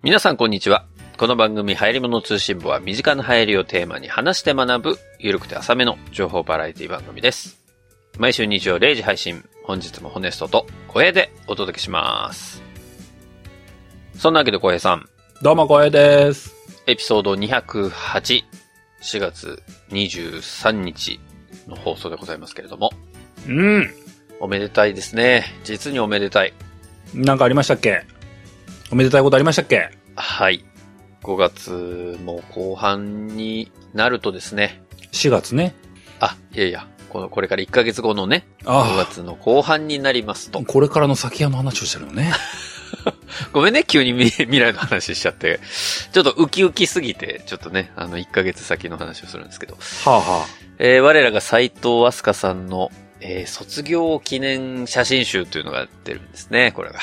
皆さんこんにちは。この番組流行り物通信部は身近な流行りをテーマに話して学ぶゆるくて浅めの情報バラエティ番組です。毎週日曜0時配信、本日もホネストと小平でお届けします。そんなわけで小平さん。 どうも小平です。 エピソード208、4月23日の放送でございますけれども。おめでたいですね。実におめでたい。 なんかありましたっけ？おめでたいことありましたっけ？ はい。5月も後半になるとですね。 4月ね。 これから1ヶ月後のね、5月の後半になりますと。 これからの先の話をしてるのね。 ごめんね、急に未来の話しちゃって。ちょっとウキウキすぎて、ちょっとね、1ヶ月先の話をするんですけど。我らが斉藤飛鳥さんの、卒業記念写真集というのが出るんですね、これが。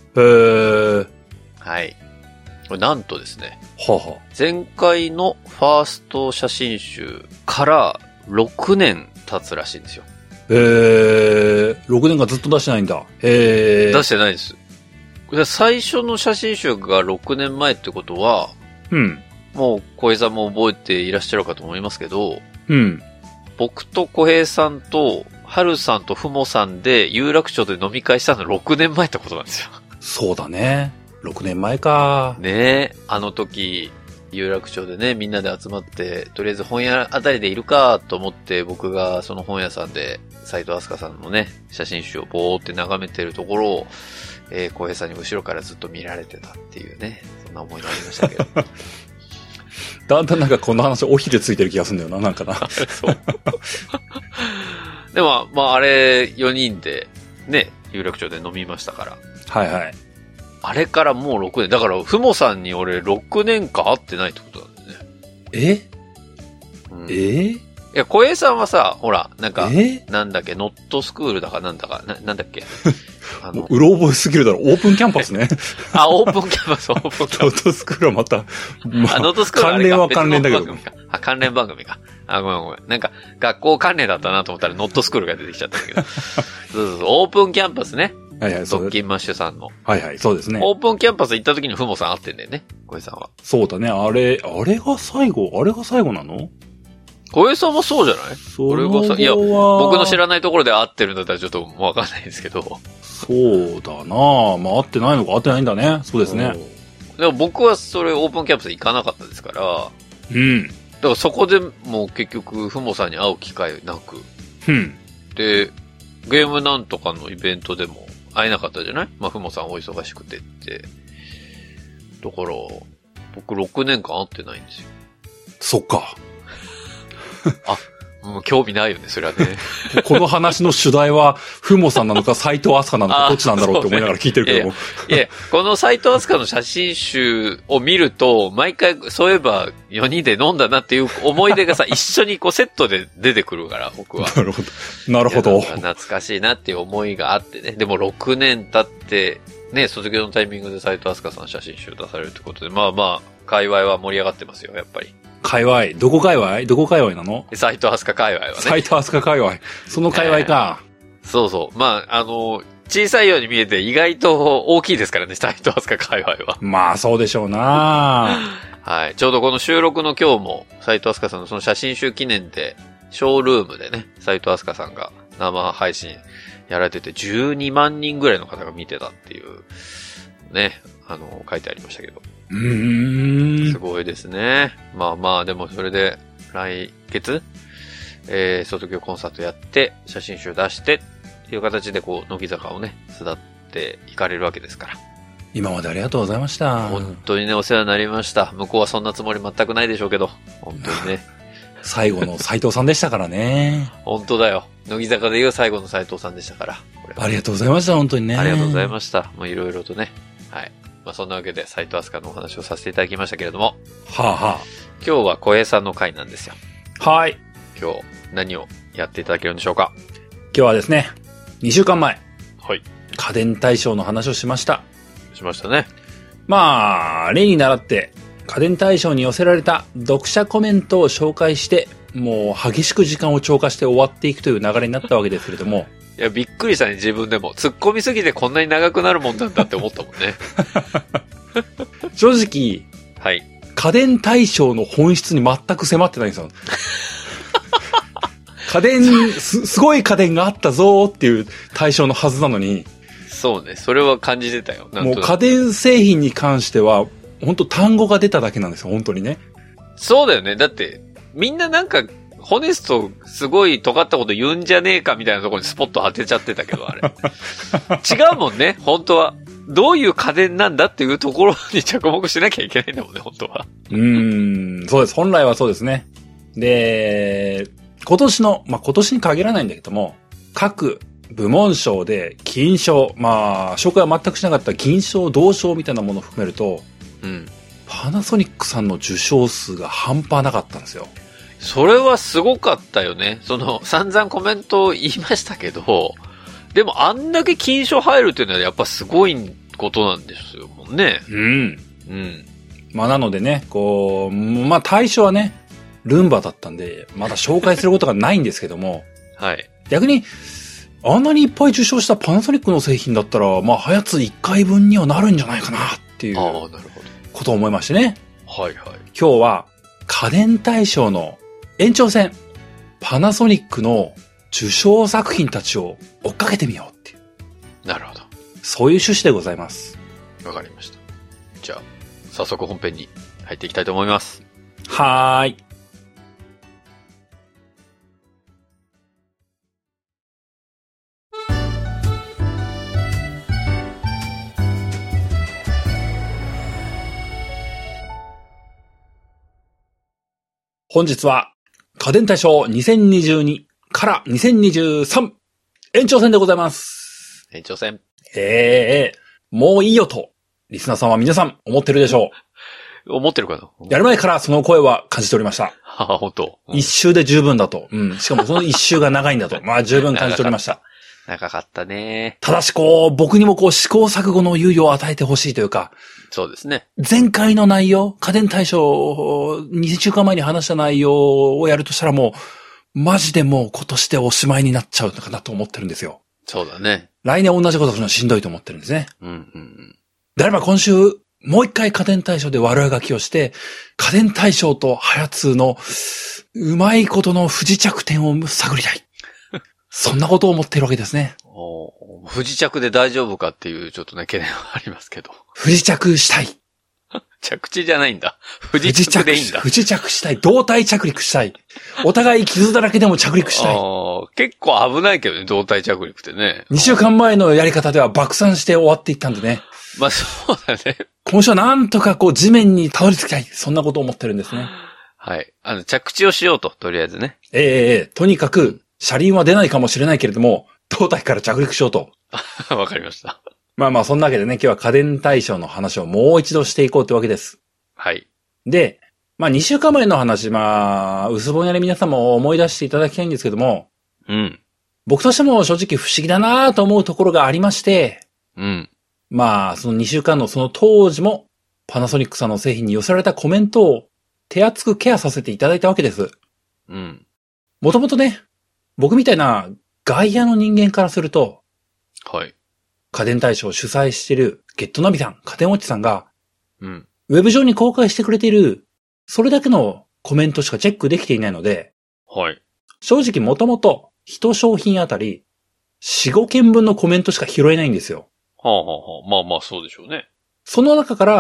はい。これなんとですね。前回のファースト写真集から6年経つらしいんですよ。 6年間ずっと出してないんだ。 出してないです。最初の写真集が6年前ってことは、もう小平さんも覚えていらっしゃるかと思いますけど、僕と小平さんと春さんとふもさんで有楽町で飲み会したの6年前ってことなんですよ。 そうだね。6年前か。 ねえ、あの時、有楽町でね、みんなで集まって、とりあえず本屋あたりでいるかと思って、僕がその本屋さんで、斉藤飛鳥さんのね、写真集をぼーって眺めてるところを、小平さんに後ろからずっと見られてたっていうね、そんな思いがありましたけど。 だんだんなんかこの話おひれついてる気がするんだよな、なんかな。 そう。でも、あれ、4人で、ね、有楽町で飲みましたから。 はいはい。 あれからもう6年。だから、ふもさんに俺6年間会ってないってことなんだよね。いや、小平さんはさ、ほら、なんか、なんだっけ、ノットスクールだかなんだか、なんだっけ。 うろ覚えすぎるだろ、オープンキャンパスね。 オープンキャンパス、オープンキャンパス。 ノットスクールはまた、 ノットスクール関連は関連だけど。 関連番組か。ごめん。なんか、学校関連だったなと思ったらノットスクールが出てきちゃったんだけど。そう、オープンキャンパスね。 はいはい、 ドッキンマッシュさんの。 はいはい、そうですね。 オープンキャンパス行った時にふもさん会ってんだよね、小平さんは。 そうだね、あれが最後なの？ 小平さんもそうじゃない？俺がさ、いや、僕の知らないところで会ってるんだったらちょっとわかんないですけど。 そうだなぁ。会ってないのか会ってないんだね。そうですね。 でも僕はそれオープンキャンパス行かなかったですから。だからそこでもう結局、ふもさんに会う機会なく。で、ゲームなんとかのイベントでも会えなかったじゃない？ふもさんお忙しくてって。だから、僕6年間会ってないんですよ。 そっか。 もう興味ないよね、それはね。 この話の主題は、ふもさんなのか、斉藤飛鳥なのか、どっちなんだろうって思いながら聞いてるけども。 いや、この斉藤飛鳥の写真集を見ると、毎回、そういえば4人で飲んだなっていう思い出がさ、一緒にこうセットで出てくるから、僕は。 なるほど。 懐かしいなっていう思いがあってね。でも6年経って、ね、卒業のタイミングで斉藤飛鳥さん写真集出されるってことで、界隈は盛り上がってますよ、やっぱり。 界隈どこ界隈なの？ 斉藤飛鳥界隈はね。 斉藤飛鳥界隈。その界隈か。 そうそう。小さいように見えて意外と大きいですからね、斉藤飛鳥界隈は。 まあ、そうでしょうなはい。ちょうどこの収録の今日も、斉藤飛鳥さんのその写真集記念で、ショールームでね、斉藤飛鳥さんが生配信やられてて、12万人ぐらいの方が見てたっていう、ね、書いてありましたけど。すごいですね。でもそれで、来月、卒業コンサートやって、写真集出して、っていう形でこう、乃木坂をね、巣立っていかれるわけですから。 今までありがとうございました。 本当にね、お世話になりました。向こうはそんなつもり全くないでしょうけど、本当にね。 最後の斉藤さんでしたからね。 本当だよ。乃木坂でいう最後の斉藤さんでしたから。 ありがとうございました、本当にね。 ありがとうございました。もういろいろとね。はい。そんなわけで斉藤飛鳥のお話をさせていただきましたけれども。 今日は小平さんの回なんですよ。 はい。 今日何をやっていただけるんでしょうか？ 今日はですね、2週間前。 はい。 家電大賞の話をしました。 しましたね。 例に倣って、家電大賞に寄せられた読者コメントを紹介して、もう激しく時間を超過して終わっていくという流れになったわけですけれども。 いや、びっくりしたね、自分でも。突っ込みすぎてこんなに長くなるもんなんだって思ったもんね。 正直、 はい。 家電対象の本質に全く迫ってないんですよ。家電、すごい家電があったぞーっていう対象のはずなのに。 そうね。それは感じてたよ。 もう家電製品に関しては、本当単語が出ただけなんですよ、本当にね。そうだよね。だって、みんななんか、ホネストすごい尖ったこと言うんじゃねえかみたいなところにスポット当てちゃってたけど、あれ。違うもんね、本当は。どういう家電なんだっていうところに着目しなきゃいけないんだもんね、本当は。 そうです。本来はそうですね。で、今年に限らないんだけども、各部門賞で金賞、紹介は全くしなかった銀賞、銅賞みたいなものを含めると、パナソニックさんの受賞数が半端なかったんですよ。 それはすごかったよね。散々コメントを言いましたけど、でもあんだけ金賞入るっていうのはやっぱすごいことなんですよ、もんね。なのでね、対象はね、ルンバだったんで、まだ紹介することがないんですけども、はい。逆に、あんなにいっぱい受賞したパナソニックの製品だったら、ハヤツ1回分にはなるんじゃないかなっていうことを思いましてね。はいはい。今日は家電大賞の延長戦、パナソニックの受賞作品たちを追っかけてみようっていう。なるほど。そういう趣旨でございます。わかりました。じゃあ、早速本編に入っていきたいと思います。はーい。本日は家電大賞2022から2023延長戦でございます。延長戦。もういいよと、リスナーさんは皆さん思ってるでしょう。思ってるかな。やる前からその声は感じておりました。本当。一周で十分だと。しかもその一周が長いんだと。十分感じておりました。長かったね。ただし僕にも試行錯誤の猶予を与えてほしいというか。そうですね。前回の内容、家電大賞、2週間前に話した内容をやるとしたらマジでもう今年でおしまいになっちゃうのかなと思ってるんですよ。そうだね。来年同じことするのはしんどいと思ってるんですね。であれば今週、もう一回家電大賞で悪あがきをして、家電大賞とハヤツのうまいことの不時着点を探りたい。そんなことを思っているわけですね。不時着で大丈夫かっていうちょっとね、懸念はありますけど。不時着したい。着地じゃないんだ。不時着でいいんだ。不時着したい。胴体着陸したい。お互い傷だらけでも着陸したい。結構危ないけどね、胴体着陸ってね。2週間前のやり方では爆散して終わっていったんでね。そうだね。今週はなんとか地面にたどり着きたい。そんなことを思ってるんですね。はい。着地をしようと、とりあえずね。とにかく、車輪は出ないかもしれないけれども、胴体から着陸しようと。わかりました。そんなわけでね、今日は家電大賞の話をもう一度していこうってわけです。はい。で、2週間前の話、薄ぼんやり皆さんも思い出していただきたいんですけども、僕としても正直不思議だなと思うところがありまして、その2週間のその当時も、パナソニックさんの製品に寄せられたコメントを手厚くケアさせていただいたわけです。もともとね、僕みたいな外野の人間からすると、はい。家電大賞を主催しているゲットナビさん、家電ウォッチさんが、ウェブ上に公開してくれている、それだけのコメントしかチェックできていないので、はい。正直もともと一商品あたり、4、5件分のコメントしか拾えないんですよ。そうでしょうね。その中から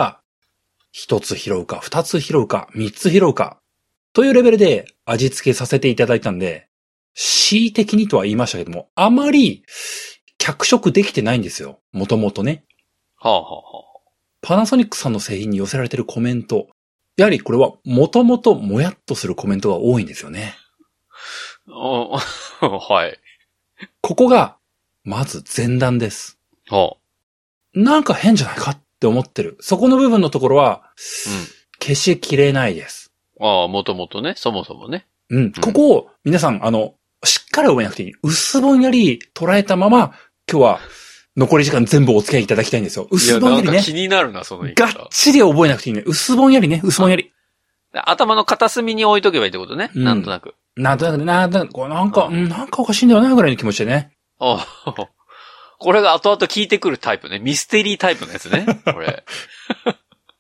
、1つ拾うか、2つ拾うか、3つ拾うか、というレベルで味付けさせていただいたんで、恣意的にとは言いましたけども、あまり脚色できてないんですよ。もともとね。パナソニックさんの製品に寄せられているコメント。やはりこれはもともともやっとするコメントが多いんですよね。はい。ここが、まず前段です。なんか変じゃないかって思ってる。そこの部分のところは、消しきれないです。もともとね、そもそもね。ここを皆さん、しっかり覚えなくていい。薄ぼんやり捉えたまま、今日は残り時間全部お付き合いいただきたいんですよ。薄ぼんやりね。気になるな、その言い方。がっちり覚えなくていいね。薄ぼんやりね、薄ぼんやり。頭の片隅に置いとけばいいってことね。なんとなく。なんとなくね、なんかおかしいんだよな、ぐらいの気持ちでね。これが後々聞いてくるタイプね。ミステリータイプのやつね。これ。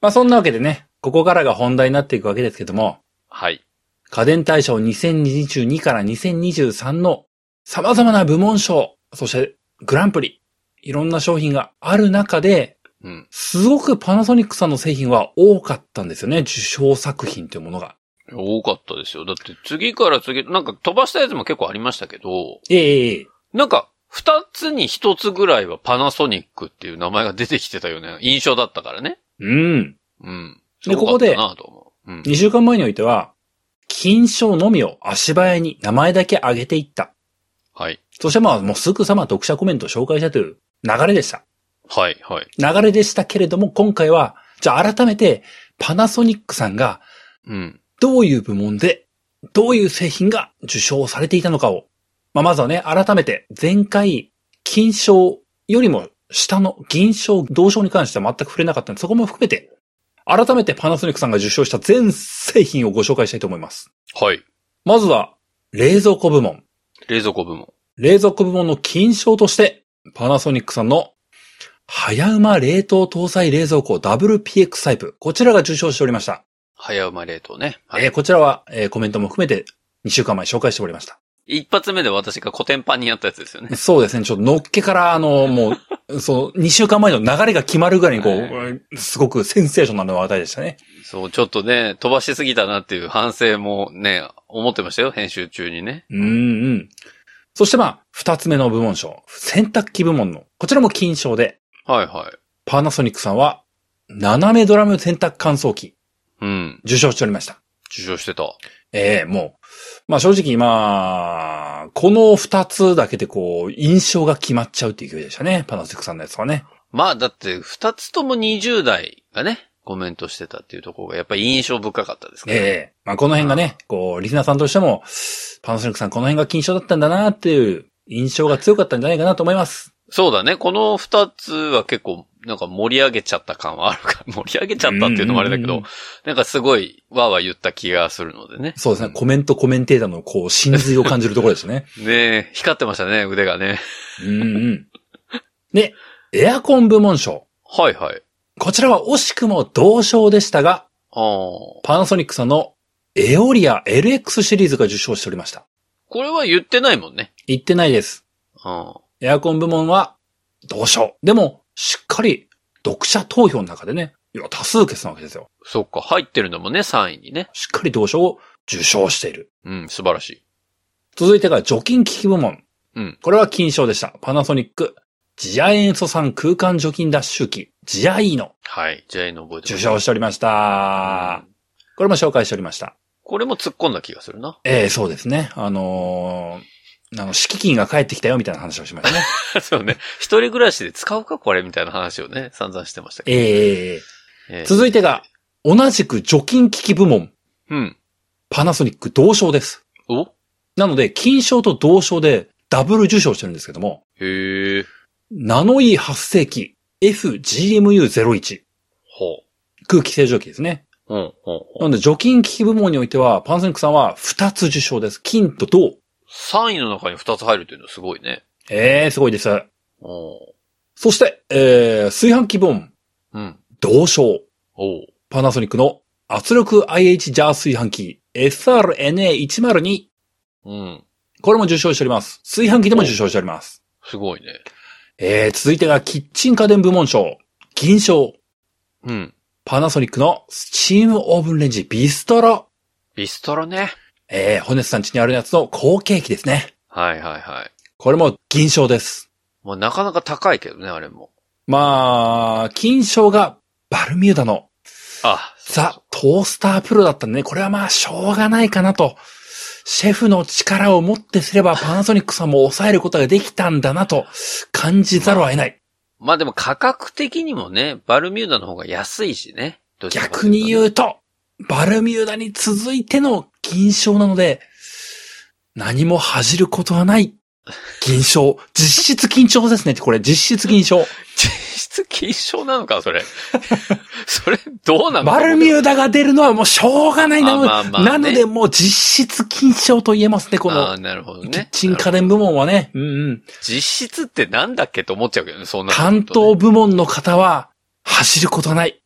まあそんなわけでね、ここからが本題になっていくわけですけども、 はい。 家電大賞2022から2023の様々な部門賞、そしてグランプリ、いろんな商品がある中で、 うん。 すごくパナソニックさんの製品は多かったんですよね、受賞作品というものが。 多かったですよ。だって次から次、なんか飛ばしたやつも結構ありましたけど、なんか二つに一つぐらいはパナソニックっていう名前が出てきてたような印象だったからね。 うん。 うん。 で、ここで、2週間前においては、金賞のみを足早に名前だけ挙げていった。 はい。 そしてまあ、もうすぐさま読者コメントを紹介したという流れでした。 はい、はい。 流れでしたけれども、今回は、じゃあ改めて、パナソニックさんが、どういう部門で、どういう製品が受賞されていたのかを、まあ、まずはね、改めて、前回、金賞よりも下の銀賞、銅賞に関しては全く触れなかったので、そこも含めて、改めてパナソニックさんが受賞した全製品をご紹介したいと思います。 はい。 まずは、冷蔵庫部門。 冷蔵庫部門。 冷蔵庫部門の金賞として、パナソニックさんの早馬冷凍搭載冷蔵庫 WPX タイプ。こちらが受賞しておりました。 早馬冷凍ね。はい、 こちらは、コメントも含めて2週間前紹介しておりました。 一発目で私がコテンパンにやったやつですよね。 そうですね。ちょっとのっけからもう、そう、2週間前の流れが決まるぐらいにこう、すごくセンセーショナルな話題でしたね。 そう、ちょっとね、飛ばしすぎたなっていう反省もね、思ってましたよ、編集中にね。 そしてまあ、2つ目の部門賞。洗濯機部門の、こちらも金賞で。 はいはい。 パナソニックさんは、斜めドラム洗濯乾燥機。受賞しておりました。 受賞してた。 もう、まあ正直まあ、この2つだけでこう、印象が決まっちゃうっていう勢いでしたね。パナソニックさんのやつはね。 まあだって2つとも20代がね、コメントしてたっていうところがやっぱり印象深かったですからね。 まあこの辺がね、こう、リスナーさんとしても、パナソニックさんこの辺が金賞だったんだなっていう印象が強かったんじゃないかなと思います。 そうだね。この2つは結構、なんか盛り上げちゃった感はあるから、盛り上げちゃったっていうのもあれだけど、なんかすごいわーわー言った気がするのでね。 そうですね。コメンテーターのこう、真髄を感じるところですね。 ねえ、光ってましたね、腕がね。 で、エアコン部門賞。 はいはい。 こちらは惜しくも同賞でしたが、パナソニックさんのエオリア LX シリーズが受賞しておりました。 これは言ってないもんね。 言ってないです。エアコン部門は同賞。でも、しっかり読者投票の中でね、多数決なわけですよ。 そっか、入ってるんだもんね、3位にね。 しっかり同賞を受賞している。 素晴らしい。 続いてが除菌機器部門。これは金賞でした。パナソニック、ジア塩素酸空間除菌脱臭機、ジアイーノ。 はい、ジアイーノ覚えてます。 受賞しておりました。これも紹介しておりました。 これも突っ込んだ気がするな。 そうですね。敷金が返ってきたよみたいな話をしましたね。 そうね。一人暮らしで使うかこれみたいな話をね、散々してましたけど。続いてが、同じく除菌機器部門。パナソニック同賞です。なので、金賞と同賞でダブル受賞してるんですけども。ナノイー発生器 FGMU01。空気清浄機ですね。なので、除菌機器部門においては、パナソニックさんは2つ受賞です。金と銅。 3位の中に2つ入るというのはすごいね。 すごいです。そして、炊飯器部門。同賞。パナソニックの圧力 IH ジャー炊飯器 SRNA102。これも受賞しております。炊飯器でも受賞しております。 すごいね。 続いてがキッチン家電部門賞。銀賞。パナソニックのスチームオーブンレンジビストロ。 ビストロね。 ホネスさん家にあるやつの後継機ですね。 はいはいはい。 これも銀賞です。 まあなかなか高いけどね、あれも。 まあ、金賞がバルミューダのザ・トースタープロだったんでね、これはまあしょうがないかなと。シェフの力をもってすればパナソニックさんも抑えることができたんだなと感じざるを得ない。 まあでも価格的にもね、バルミューダの方が安いしね。 逆に言うと、バルミューダに続いての銀賞なので、何も恥じることはない銀賞。実質金賞ですね。これ実質銀賞。 実質金賞なのかそれ。それどうなの？ バルミューダが出るのはもうしょうがないな。なのでもう実質金賞と言えますね。このなるほどね。 キッチン家電部門はね。 実質ってなんだっけと思っちゃうけどね。そんな。 担当部門の方は走ることない。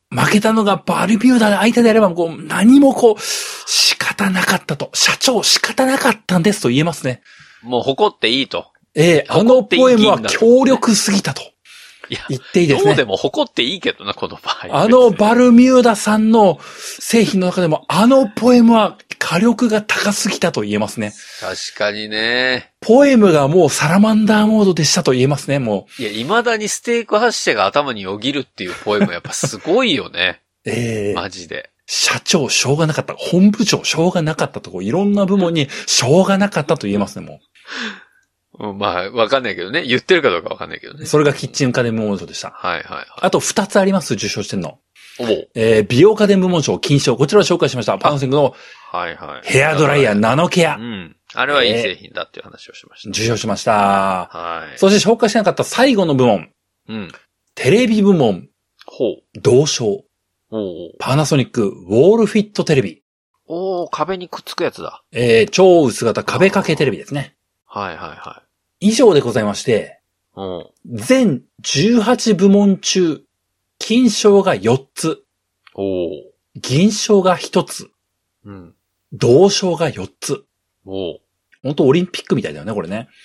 負けたのがバルミューダで相手であれば、何も仕方なかったと。社長仕方なかったんですと言えますね。 もう誇っていいと。 あのポエムは強力すぎたと。言っていいですね。 どうでも誇っていいけどな、この場合。 あのバルミューダさんの製品の中でも、あのポエムは火力が高すぎたと言えますね。 確かにね。 ポエムがもうサラマンダーモードでしたと言えますね、もう。いや、未だにステーク発射が頭によぎるっていうポエムやっぱすごいよね。マジで。 社長、しょうがなかった。本部長、しょうがなかったと、いろんな部門にしょうがなかったと言えますね、もう。 まあ、わかんないけどね。言ってるかどうかわかんないけどね。 それがキッチン家電部門賞でした。 はいはいはい。 あと2つあります、受賞してんの。美容家電部門賞、金賞。こちらを紹介しました。パナソニックの、ヘアドライヤーナノケア。 あれはいい製品だっていう話をしました。 受賞しました。はい。そして紹介しなかった最後の部門。テレビ部門。同賞。パナソニック、ウォールフィットテレビ。 壁にくっつくやつだ。 超薄型壁掛けテレビですね。 はいはいはい。 以上でございまして、全18部門中、金賞が4つ。銀賞が1つ。銅賞が4つ。本当オリンピックみたいだよね、これね。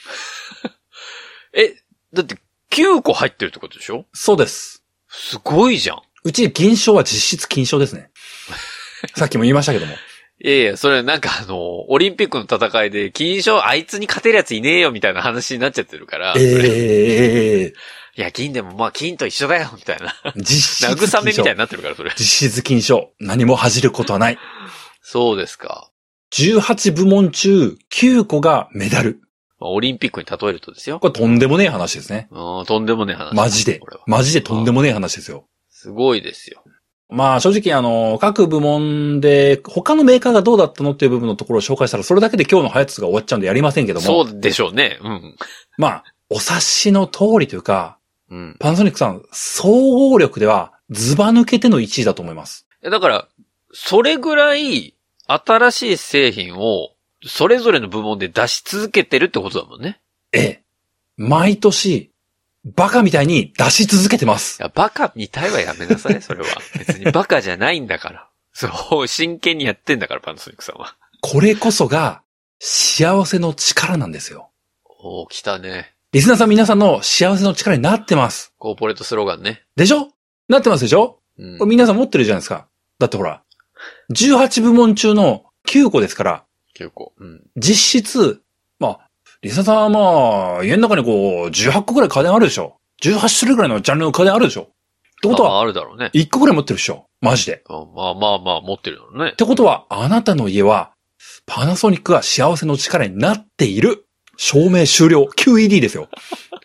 だって9個入ってるってことでしょ？ そうです。 すごいじゃん。 うち銀賞は実質金賞ですね。さっきも言いましたけども。 いやいや、それなんかオリンピックの戦いで金賞あいつに勝てるやついねえよみたいな話になっちゃってるから。いや、金でもまあ金と一緒だよみたいな。実質慰めみたいになってるから、それ。 実質金賞。何も恥じることはない。 そうですか。 18部門中9個がメダル。 オリンピックに例えるとですよ。 これとんでもねえ話ですね。 とんでもねえ話。 マジでとんでもねえ話ですよ。 すごいですよ。 まあ正直各部門で他のメーカーがどうだったのっていう部分のところを紹介したらそれだけで今日のハヤツが終わっちゃうんでやりませんけども。 そうでしょうね。 まあ、お察しの通りというか、パナソニックさん総合力ではズバ抜けての1位だと思います。 だから、それぐらい新しい製品をそれぞれの部門で出し続けてるってことだもんね。 毎年、バカみたいに出し続けてます。 いや、バカみたいはやめなさい、それは。別にバカじゃないんだから。そう、真剣にやってんだから、パナソニックさんは。 これこそが、幸せの力なんですよ。 来たね。 リスナーさん皆さんの幸せの力になってます。 コーポレートスローガンね。 でしょ？なってますでしょ？これ皆さん持ってるじゃないですか。だってほら、18部門中の9個ですから。 9個。 実質、まあ、リスナーさんはまあ、家の中に18個くらい家電あるでしょ。18種類くらいのジャンルの家電あるでしょ。ってことは、 あるだろうね。 1個くらい持ってるでしょ。マジで。 まあ、持ってるだろうね。 ってことは、あなたの家は、パナソニックが幸せの力になっている。証明終了。QED ですよ。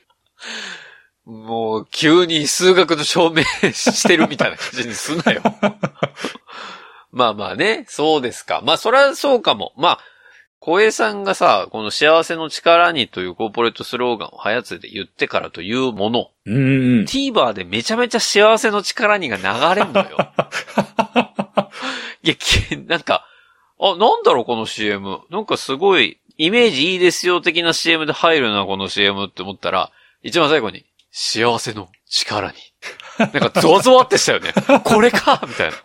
もう、急に数学の証明してるみたいな感じにすんなよ。まあね、そうですか。まあ、それはそうかも。まあ、小江さんがさ、この幸せの力にというコーポレートスローガンをハヤツで言ってからというもの。TVer でめちゃめちゃ幸せの力にが流れんのよ。いや、なんか、なんだろうこの CM。なんかすごい、イメージいいですよ的な CM で入るな、この CM って思ったら、一番最後に、幸せの力に。なんかゾワゾワってしたよね。これかみたいな。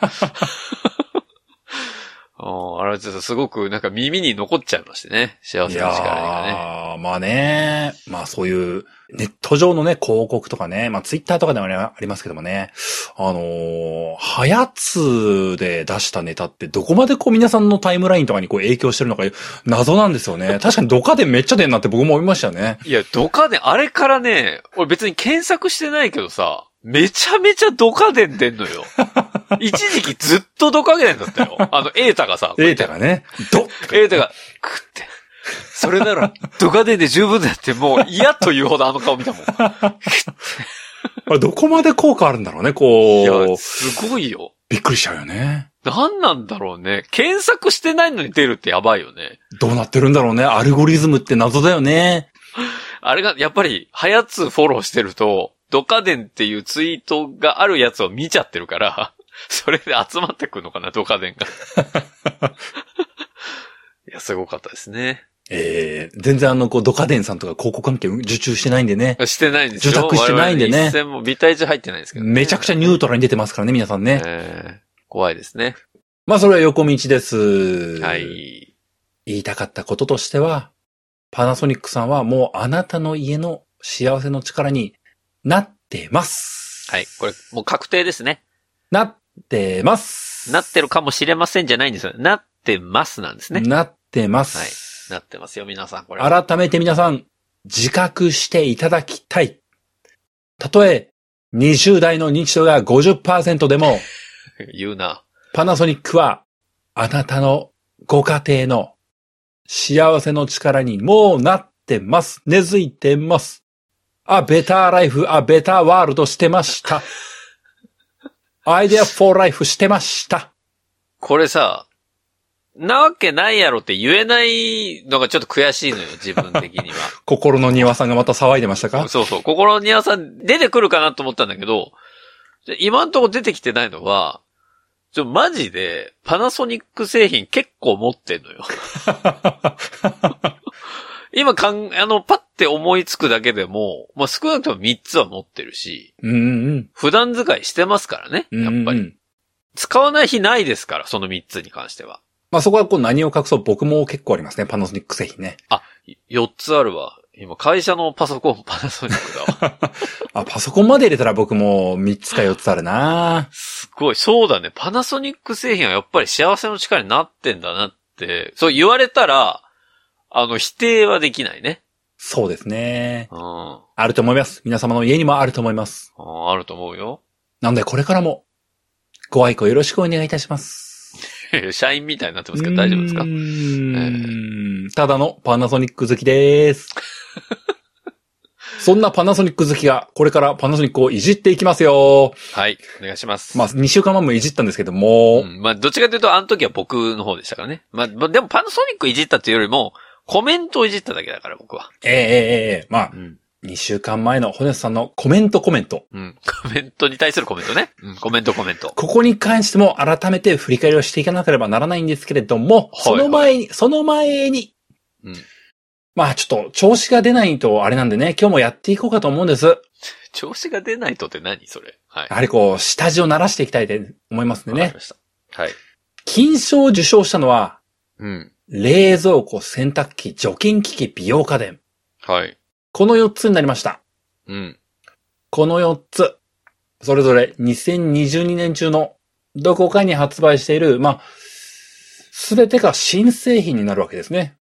あれちょっとすごくなんか耳に残っちゃいましてね。幸せの力がね。 まあね。まあそういうネット上のね、広告とかね。まあツイッターとかでもありますけどもね。はやつで出したネタってどこまで皆さんのタイムラインとかに影響してるのか謎なんですよね。確かにドカでめっちゃ出んなって僕も思いましたよね。 いや、ドカで、あれからね、俺別に検索してないけどさ、めちゃめちゃドカデン出んのよ。一時期ずっとドカデンだったよ。エータがさ。 エータがね。 エータが、くって。それなら、ドカデンで十分だって、もう嫌というほどあの顔見たもん。 あれどこまで効果あるんだろうね、 いや、すごいよ。 びっくりしちゃうよね。 何なんだろうね。検索してないのに出るってやばいよね。 どうなってるんだろうね。アルゴリズムって謎だよね。 あれが、やっぱり、はやつフォローしてると、ドカデンっていうツイートがあるやつを見ちゃってるから、それで集まってくるのかな、ドカデンが。いや、すごかったですね。 全然ドカデンさんとか広告関係受注してないんでね。 してないんですよ。 受託してないんでね。 一銭もビタ一入ってないんですけど、ね。 めちゃくちゃニュートラルに出てますからね、皆さんね。 怖いですね。 まあそれは横道です。 はい。 言いたかったこととしては、パナソニックさんはもうあなたの家の幸せの力になってます。 はい。これもう確定ですね。 なってます。 なってるかもしれませんじゃないんですよ。なってますなんですね。 なってます。 はい。なってますよ、皆さん。これ。 改めて皆さん、自覚していただきたい。たとえ、20代の認知度が 50% でも、 言うな。 パナソニックは、あなたのご家庭の幸せの力にもうなってます。根付いてます。ベターライフ、ベターワールドしてました。アイデアフォーライフしてました。 これさ、なわけないやろって言えないのがちょっと悔しいのよ、自分的には。 心の庭さんがまた騒いでましたか？ そうそう。心の庭さん出てくるかなと思ったんだけど、今んとこ出てきてないのは、マジでパナソニック製品結構持ってんのよ。今パッて思いつくだけでも、まあ、少なくとも3つは持ってるし、普段使いしてますからね、やっぱり。使わない日ないですから、その3つに関しては。 まあ、そこは何を隠そう僕も結構ありますね、パナソニック製品ね。 4つあるわ。今、会社のパソコンパナソニックだわ。パソコンまで入れたら僕も3つか4つあるな。 すごい、そうだね。パナソニック製品はやっぱり幸せの力になってんだなって、そう言われたら、否定はできないね。 そうですね。 あると思います。皆様の家にもあると思います。 あると思うよ。 なのでこれからも、ご愛顧よろしくお願いいたします。 社員みたいになってますけど大丈夫ですか？ ただのパナソニック好きです。そんなパナソニック好きが、これからパナソニックをいじっていきますよ。 はい、お願いします。 まあ、2週間前もいじったんですけども。 まあ、どっちかというと、あの時は僕の方でしたからね。まあ、でもパナソニックいじったっていうよりも、コメントをいじっただけだから、僕は。まあ、2週間前のホネスさんのコメント。コメントに対するコメントね。コメント。 ここに関しても改めて振り返りをしていかなければならないんですけれども、その前に、まあちょっと調子が出ないとあれなんでね、今日もやっていこうかと思うんです。 調子が出ないとって何それ？はい。 やはり下地を慣らしていきたいと思いますんでね。 わかりました。はい。 金賞を受賞したのは、冷蔵庫、洗濯機、除菌機器、美容家電。 はい。 この4つになりました。この4つ、それぞれ2022年中のどこかに発売している、まあ、すべてが新製品になるわけですね。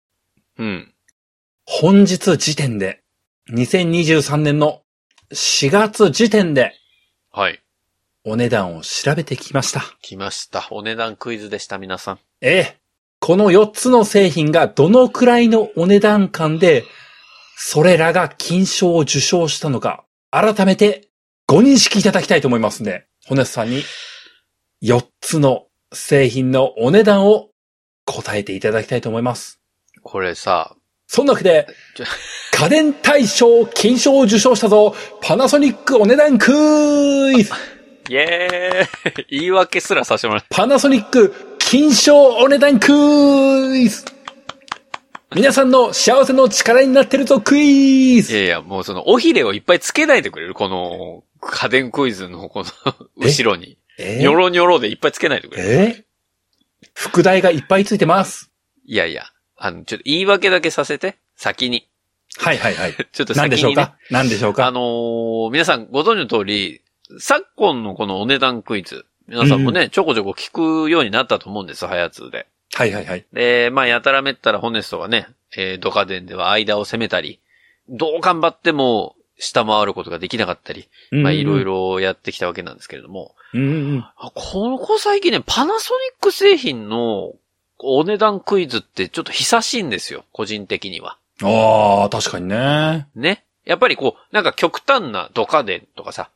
本日時点で、2023年の4月時点で、 はい。 お値段を調べてきました。 来ました。お値段クイズでした、皆さん。 この4つの製品がどのくらいのお値段感で、それらが金賞を受賞したのか、改めてご認識いただきたいと思いますんで、ホネスさんに4つの製品のお値段を答えていただきたいと思います。 これさ、 そんなわけで、家電大賞金賞を受賞したぞ、パナソニックお値段クイズイエーイ言い訳すらさせてもらった。 パナソニック金賞お値段クイズ皆さんの幸せの力になってるぞクイズ。 いや、もうおひれをいっぱいつけないでくれる？この、家電クイズのこの、後ろに。ニョロニョロでいっぱいつけないでくれる？ 副題がいっぱいついてます。 いや、ちょっと言い訳だけさせて。先に。 はい。ちょっと先に、ね。 何でしょうか皆さんご存知の通り、昨今のこのお値段クイズ、皆さんもね、ちょこちょこ聞くようになったと思うんです、はやつで。 はい。 で、まあ、やたらめったらホネストがね、ドカデンでは間を攻めたり、どう頑張っても下回ることができなかったり、まあ、いろいろやってきたわけなんですけれども、ここ最近ね、パナソニック製品のお値段クイズってちょっと久しいんですよ、個人的には。 確かにね。 ね。やっぱりなんか極端なドカデンとかさ、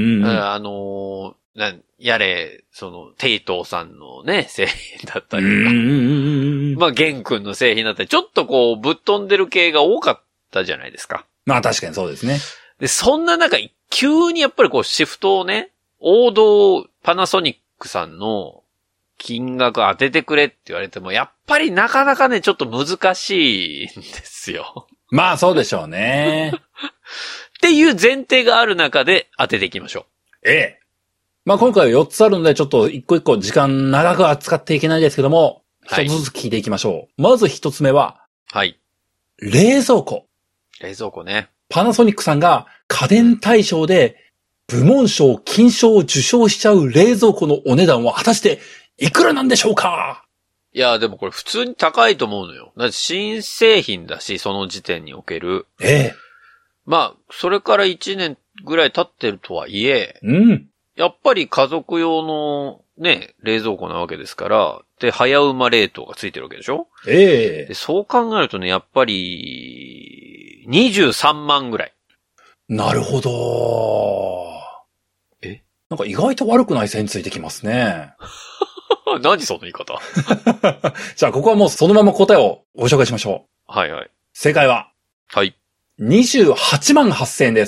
やれ、テイトーさんのね、製品だったりとか、まあ、ゲン君の製品だったり、ちょっとぶっ飛んでる系が多かったじゃないですか。 まあ確かにそうですね。 で、そんな中、急にやっぱりシフトをね、王道パナソニックさんの金額当ててくれって言われても、やっぱりなかなかね、ちょっと難しいんですよ。 まあそうでしょうね。 っていう前提がある中で当てていきましょええ。まあ今回は4つあるので、ちょっと一個一個時間長くは使っていけないですけども、 はい一つずつ聞いていきましょう。まず一つ目は、 う。はい。 冷蔵庫。 冷蔵庫ね。 パナソニックさんが家電大賞で部門賞、金賞を受賞しちゃう冷蔵庫のお値段は果たしていくらなんでしょうか？ いや、でもこれ普通に高いと思うのよ。だって新製品だし、その時点における。 ええ。 まあ、それから1年ぐらい経ってるとはいえ、 うん。 やっぱり家族用のね、冷蔵庫なわけですから、で、早生ま冷凍がついてるわけでしょ？ ええ。 で、そう考えるとね、やっぱり、23万ぐらい。 なるほど。 え？ なんか意外と悪くない線ついてきますね。 何その言い方？ じゃあここはもうそのまま答えをご紹介しましょう。 はいはい。 正解ははい。 28万8000円です。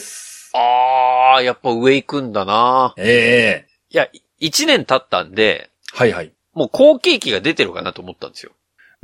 あー、やっぱ上行くんだな。 ええ。 いや、1年経ったんで、 はいはい。 もう後継機が出てるかなと思ったんですよ。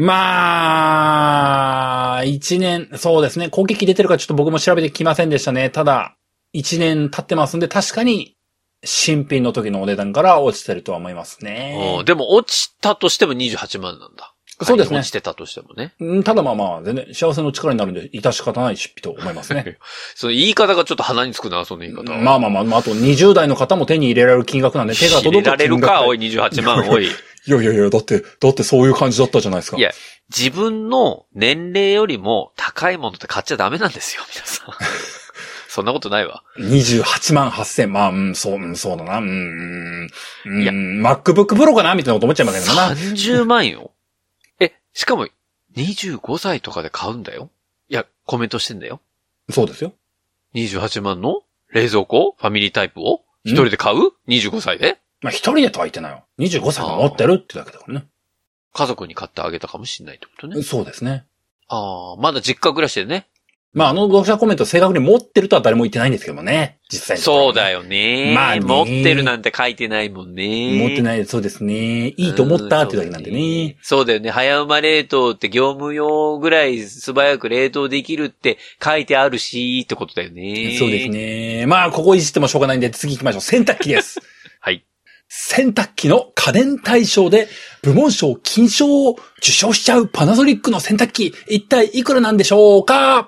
まあ、1年、そうですね。攻撃出てるかちょっと僕も調べてきませんでしたね。ただ、1年経ってますんで、確かに、新品の時のお値段から落ちてるとは思いますね。 でも落ちたとしても28万なんだ。 そうですね。 落ちてたとしてもね。 ただまあまあ、全然幸せの力になるんで、致し方ない出費と思いますね。 その言い方がちょっと鼻につくな、その言い方。 まあまあまあ、あと20代の方も手に入れられる金額なんで、手が届く金額。 入れられるか、おい、28万、おい。 いやいやいや、だってそういう感じだったじゃないですか。 いや、自分の年齢よりも高いものって買っちゃダメなんですよ、皆さん。そんなことないわ。 28万8000。まあ、そうだな。いや、MacBook Pro かなみたいなこと思っちゃいますけどな。 30万よ。しかも、25歳とかで買うんだよ。いや、コメントしてんだよ。 そうですよ。 28万の冷蔵庫ファミリータイプを一人で買う ?25 歳でまあ一人でとは言ってないよ。25歳が持ってるってだけだからね。 家族に買ってあげたかもしれないってことね。 そうですね。 まだ実家暮らしでね。 まあ読者コメント正確に持ってるとは誰も言ってないんですけどもね。実際に、 そうだよね。 まあね。 持ってるなんて書いてないもんね。 持ってない、そうですね。いいと思ったってだけなんでね。 そうだよね。早生ま冷凍って業務用ぐらい素早く冷凍できるって書いてあるし、ってことだよね。 そうですね。まあここいじってもしょうがないんで次行きましょう。洗濯機です。 はい。 洗濯機の家電大賞で部門賞金賞を受賞しちゃうパナソニックの洗濯機、一体いくらなんでしょうか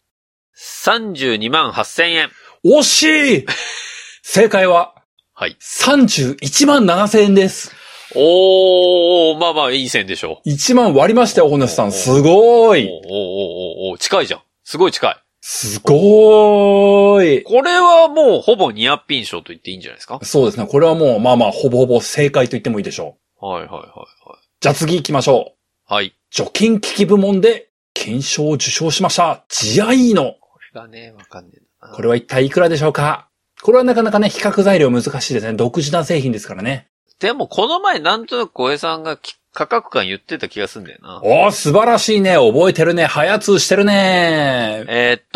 ？32万8000円。 惜しい正解は、 はい。 31万7000円です。 まあまあいい線でしょう。1万割りましたよ、ホネスさん。すごーい。 近いじゃん。すごい近い。 すごーい。 これはもうほぼニアピン賞と言っていいんじゃないですか？ そうですね。これはもうまあまあほぼほぼ正解と言ってもいいでしょう。はい。 じゃあ次行きましょう。はい。 除菌機器部門で金賞を受賞しました。ジアイーノ。 これがね、わかんねえな。 これは一体いくらでしょうか？これはなかなかね、比較材料難しいですね。独自な製品ですからね。 でもこの前なんとなく小江さんが価格感言ってた気がするんだよな。 素晴らしいね。覚えてるね。早通してるね。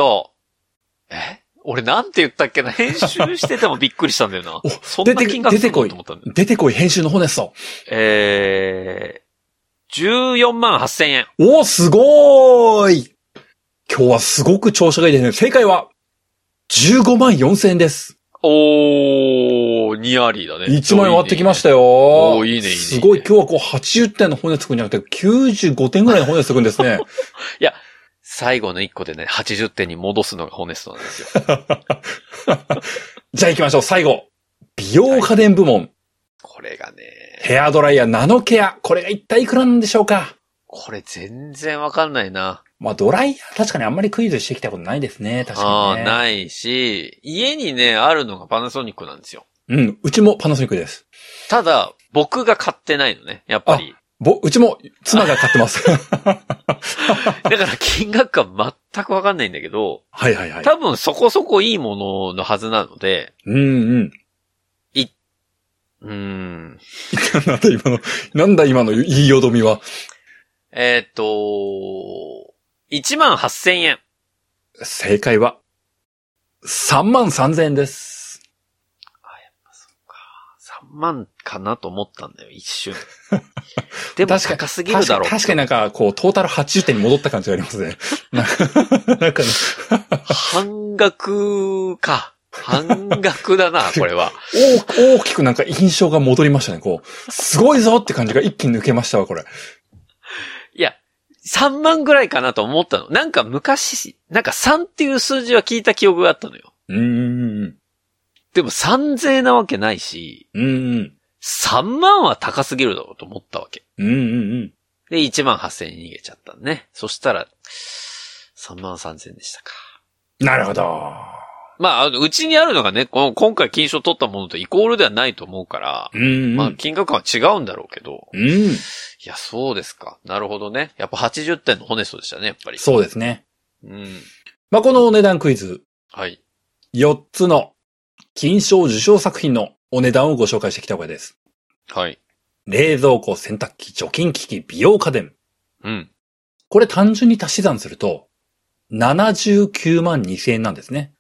俺なんて言ったっけな。編集しててもびっくりしたんだよな。そんな金額するのと思ったんだよ。 出てこい、編集のホネスト。 14万8000円。 すごーい。今日はすごく調子がいいですね。正解は、15万4000円です。 ニアリーだね。 1万円割ってきましたよ。 いいね。 すごい、今日はこう80点の骨つくんじゃなくて95点ぐらいの骨つくんですね。 いや、最後の1個でね、80点に戻すのがホネストなんですよ。 じゃあ行きましょう、最後。美容家電部門。はい、 これがね。 ヘアドライヤーナノケア。これが一体いくらなんでしょうか？ これ全然わかんないな。 まあドライヤー確かにあんまりクイズしてきたことないですね。確かにね。 ないし、家にね、あるのがパナソニックなんですよ。 うちもパナソニックです。 ただ、僕が買ってないのね、やっぱり。 うちも妻が買ってます。だから金額が全くわかんないんだけど。 はい。 多分そこそこいいもののはずなので。 なんだ今の言いよどみは。 1万8000円。 正解は、3万3000円です。 やっぱそうか。3 万かなと思ったんだよ、一瞬。でも高すぎるだろう。 確かになんか、こう、トータル80点に戻った感じがありますね。なんかね。 半額か。半額だな、これは。 大きくなんか印象が戻りましたね、こう。すごいぞって感じが一気に抜けましたわ、これ。 いや、3万ぐらいかなと思ったの。なんか昔、なんか3っていう数字は聞いた記憶があったのよ。でも3000円なわけないし、3万は高すぎるだろうと思ったわけ。で、1万8000円に逃げちゃったね。そしたら、3万3000円でしたか。 なるほど。 まあ、うちにあるのがね、今回金賞取ったものとイコールではないと思うから、まあ、金額は違うんだろうけど、いや、そうですか。なるほどね。やっぱ80点のホネストでしたね、やっぱり。 そうですね。まあ、このお値段クイズ。 はい。 4つの金賞受賞作品のお値段をご紹介してきたわけです。 はい。 冷蔵庫、洗濯機、除菌機器、美容家電。これ単純に足し算すると、79万2000円なんですね。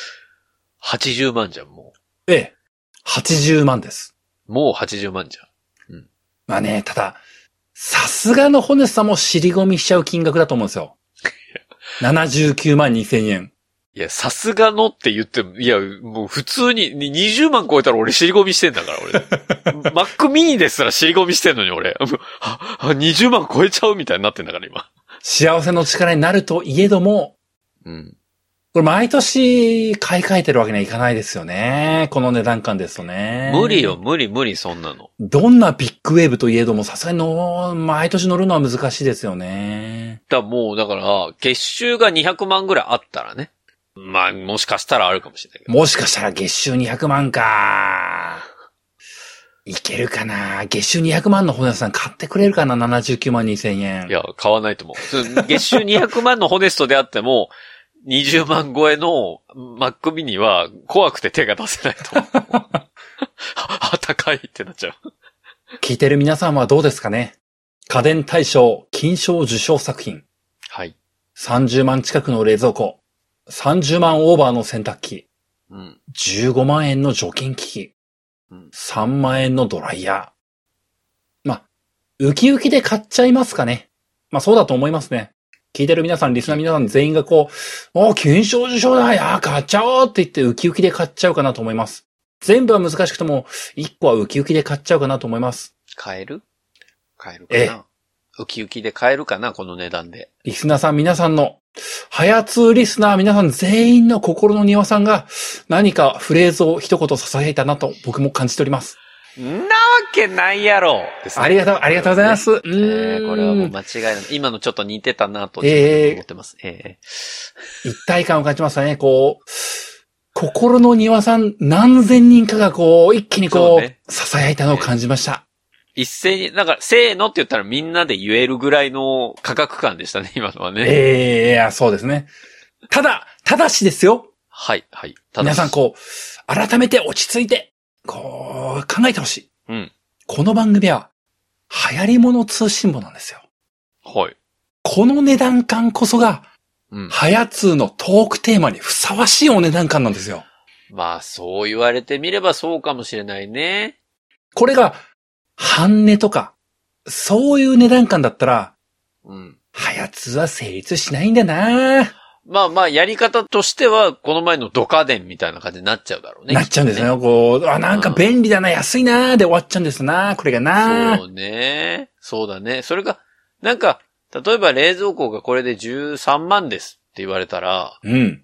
80万じゃん、もう。ええ。80万です。 もう80万じゃん。 まあね、ただ、さすがのホネスさんも尻込みしちゃう金額だと思うんですよ。79万2000円。 いや、さすがのって言っても、いや、もう普通に20万超えたら俺尻込みしてんだから、俺。マックミニですら尻込みしてんのに俺。20万超えちゃうみたいになってんだから、今。 幸せの力になるといえども、これ毎年買い替えてるわけにはいかないですよね。この値段感ですとね。 無理よ、無理、そんなの。 どんなビッグウェーブといえども、さすがに毎年乗るのは難しいですよね。 だから、月収が200万ぐらいあったらね。まあ、もしかしたらあるかもしれないけど。 もしかしたら月収200万か。いけるかな。月収200万のホネストさん買ってくれるかな。79万2000円。 いや、買わないと思う。月収200万のホネストであっても、20万超えの Mac mini は怖くて手が出せないと思う。高いってなっちゃう。 聞いてる皆さんはどうですかね。家電大賞金賞受賞作品。 はい。 30万近くの冷蔵庫。30万オーバーの洗濯機。15万円の除菌機器。3万円のドライヤー。まあ、ウキウキで買っちゃいますかね。まあそうだと思いますね。聞いてる皆さん、リスナー皆さん全員が金賞受賞だ、買っちゃおうって言ってウキウキで買っちゃうかなと思います。全部は難しくとも、1個はウキウキで買っちゃうかなと思います。 買えるかなウキウキで買えるかなこの値段で。 リスナーさん皆さんの、はやつリスナー皆さん全員の心の庭さんが何かフレーズを一言捧げたなと僕も感じております。 なわけないやろですね。 ありがとうございます。 これはもう間違いない。今のちょっと似てたなと思ってます。 一体感を感じますね。心の庭さん何千人かが一気に囁いたのを感じました。 一斉に、せーのって言ったらみんなで言えるぐらいの価格感でしたね、今のはね。 そうですね。ただしですよ。 はい。 皆さん改めて落ち着いて、考えてほしい。この番組は、流行り物通信簿なんですよ。 はい。 この値段感こそが、はやつのトークテーマにふさわしいお値段感なんですよ。 まあ、そう言われてみればそうかもしれないね。 これが、半値とか、そういう値段感だったら、はやつは成立しないんだな。 まあ、やり方としては、この前のドカ電みたいな感じになっちゃうだろうね。 なっちゃうんですね。なんか便利だな、安いな、で終わっちゃうんですな、これがな。 そうね。そうだね。それが、例えば冷蔵庫がこれで13万ですって言われたら、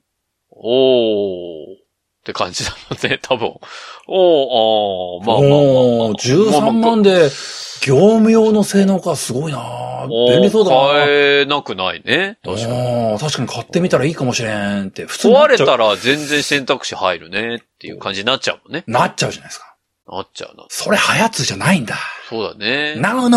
おーって感じだもんね、多分。まあ。 13万で、業務用の性能か、すごいな便利そうだな。 買えなくないね。確かに。 確かに買ってみたらいいかもしれんって。 普通壊れたら全然選択肢入るねっていう感じになっちゃうもんね。 なっちゃうじゃないですか。 なっちゃうな。 それはやつじゃないんだ。 そうだね。 No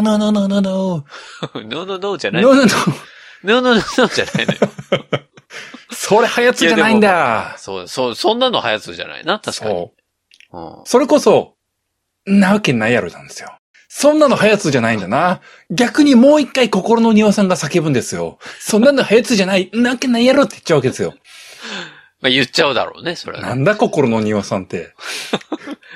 じゃない。 No じゃないのよ。 それはやつじゃないんだ。 そんなのはやつじゃないな、確かに。 それこそ、なわけないやろなんですよ。そんなのはやつじゃないんだな。逆にもう一回心の庭さんが叫ぶんですよ。そんなのはやつじゃない、なわけないやろって言っちゃうわけですよ。 まあ言っちゃうだろうね、それは、ね。 なんだ心の庭さんって。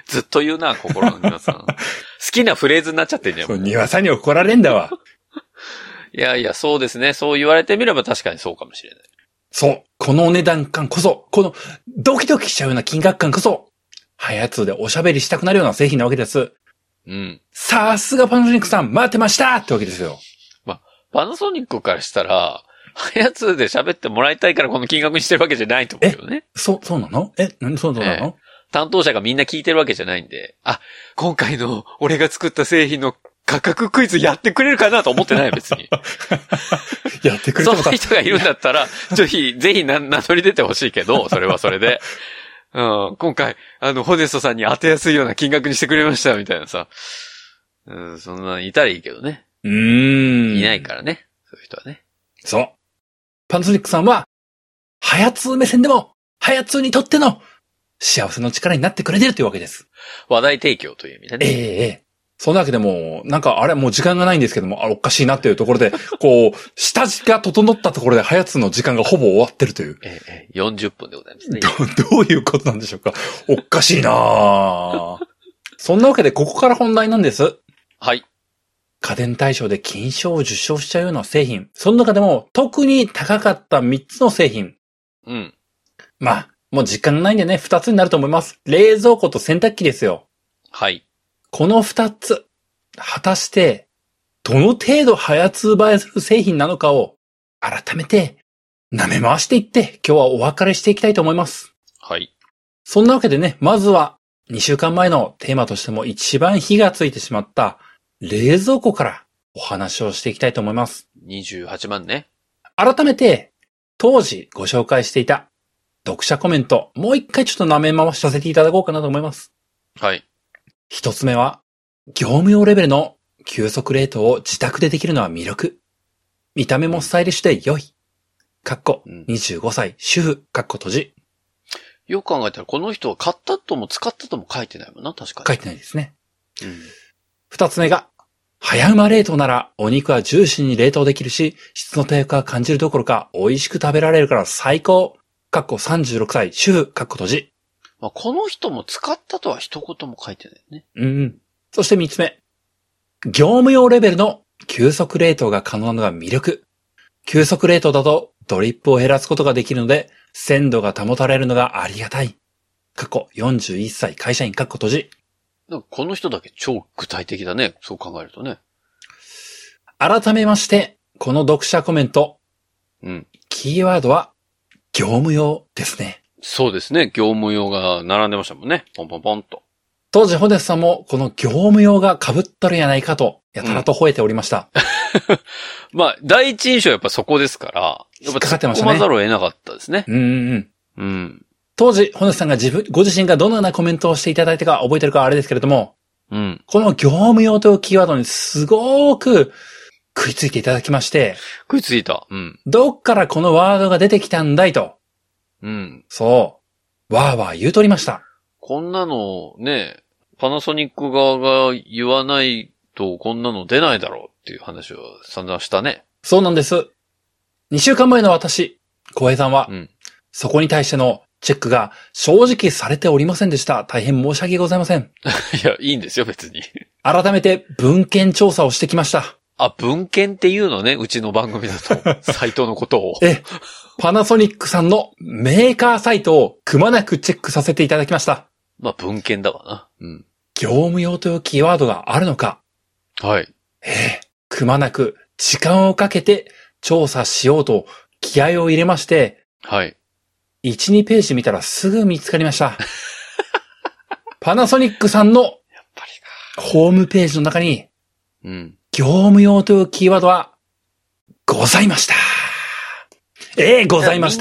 ずっと言うな、心の庭さん。好きなフレーズになっちゃってんじゃん。 そう、庭さんに怒られんだわ。 いやいや、そうですね。そう言われてみれば確かにそうかもしれない。 そう。このお値段感こそ、このドキドキしちゃうような金額感こそ、はやつでおしゃべりしたくなるような製品なわけです。 うん。 さすがパナソニックさん、待ってましたってわけですよ。 まあ、パナソニックからしたら、はやつで喋ってもらいたいからこの金額にしてるわけじゃないと思うよね。 そうなの？そうなの？ 担当者がみんな聞いてるわけじゃないんで、あ、今回の俺が作った製品の価格クイズやってくれるかなと思ってない別に。 やってくれたその人がいるんだったら、ぜひ名乗り出てほしいけど、それはそれで。うん、今回、ホネストさんに当てやすいような金額にしてくれました、みたいなさ。うん、そんな、いたらいいけどね。いないからね。そういう人はね。 そう。パナソニックさんは、はやつ目線でも、はやつにとっての幸せの力になってくれてるというわけです。 話題提供という意味でね。 ええ。そんなわけでもう、なんかあれもう時間がないんですけども、おかしいなっていうところで、こう、下地が整ったところではやつの時間がほぼ終わってるという。 40分でございますね。 どういうことなんでしょうか。おかしいなぁ。そんなわけでここから本題なんです。 はい。 家電大賞で金賞を受賞しちゃうような製品。その中でも特に高かった3つの製品。 うん。 まあ、もう時間ないんでね、2つになると思います。冷蔵庫と洗濯機ですよ。 はい。 この2つ、果たして、どの程度早通映えする製品なのかを、改めて、舐め回していって、今日はお別れしていきたいと思います。 はい。 そんなわけでね、まずは、2週間前のテーマとしても一番火がついてしまった、冷蔵庫からお話をしていきたいと思います。 28万ね。 改めて、当時ご紹介していた、読者コメント、もう一回ちょっと舐め回しさせていただこうかなと思います。 はい。 一つ目は、業務用レベルの急速冷凍を自宅でできるのは魅力。見た目もスタイリッシュで良い。25歳、主婦、閉じ。 よく考えたらこの人は買ったとも使ったとも書いてないもんな、確かに。 書いてないですね。二つ目が、早馬冷凍ならお肉はジューシーに冷凍できるし、質の低下は感じるどころか美味しく食べられるから最高。36歳、主婦、閉じ。 まあ、この人も使ったとは一言も書いてないね。 そして三つ目。業務用レベルの急速冷凍が可能なのが魅力。急速冷凍だとドリップを減らすことができるので、鮮度が保たれるのがありがたい。41歳会社員、閉じ。 この人だけ超具体的だね。そう考えるとね。 改めまして、この読者コメント。キーワードは、業務用ですね。 そうですね。業務用が並んでましたもんね。ポンポンポンと。 当時、ホネスさんも、この業務用が被っとるやないかと、やたらと吠えておりました。 まあ、第一印象はやっぱそこですから、やっぱ突っ込まざるを得なかったですね。 当時、ホネスさんがご自身がどのようなコメントをしていただいたか覚えてるかはあれですけれども、この業務用というキーワードにすごく食いついていただきまして、 食いついた。 どっからこのワードが出てきたんだいと。そう。わーわー言うとりました。 こんなのね、パナソニック側が言わないとこんなの出ないだろうっていう話を散々したね。 そうなんです。2週間前の私、小平さんは、そこに対してのチェックが正直されておりませんでした。大変申し訳ございません。 いや、いいんですよ、別に。 改めて文献調査をしてきました。 文献っていうのね、うちの番組だと。サイトのことを。 パナソニックさんのメーカーサイトをくまなくチェックさせていただきました。 まあ、文献だわな。 業務用というキーワードがあるのか。 はい。 くまなく時間をかけて調査しようと気合を入れまして。 はい。 1、2ページ見たらすぐ見つかりました。パナソニックさんのホームページの中に、業務用というキーワードはございました。ございました。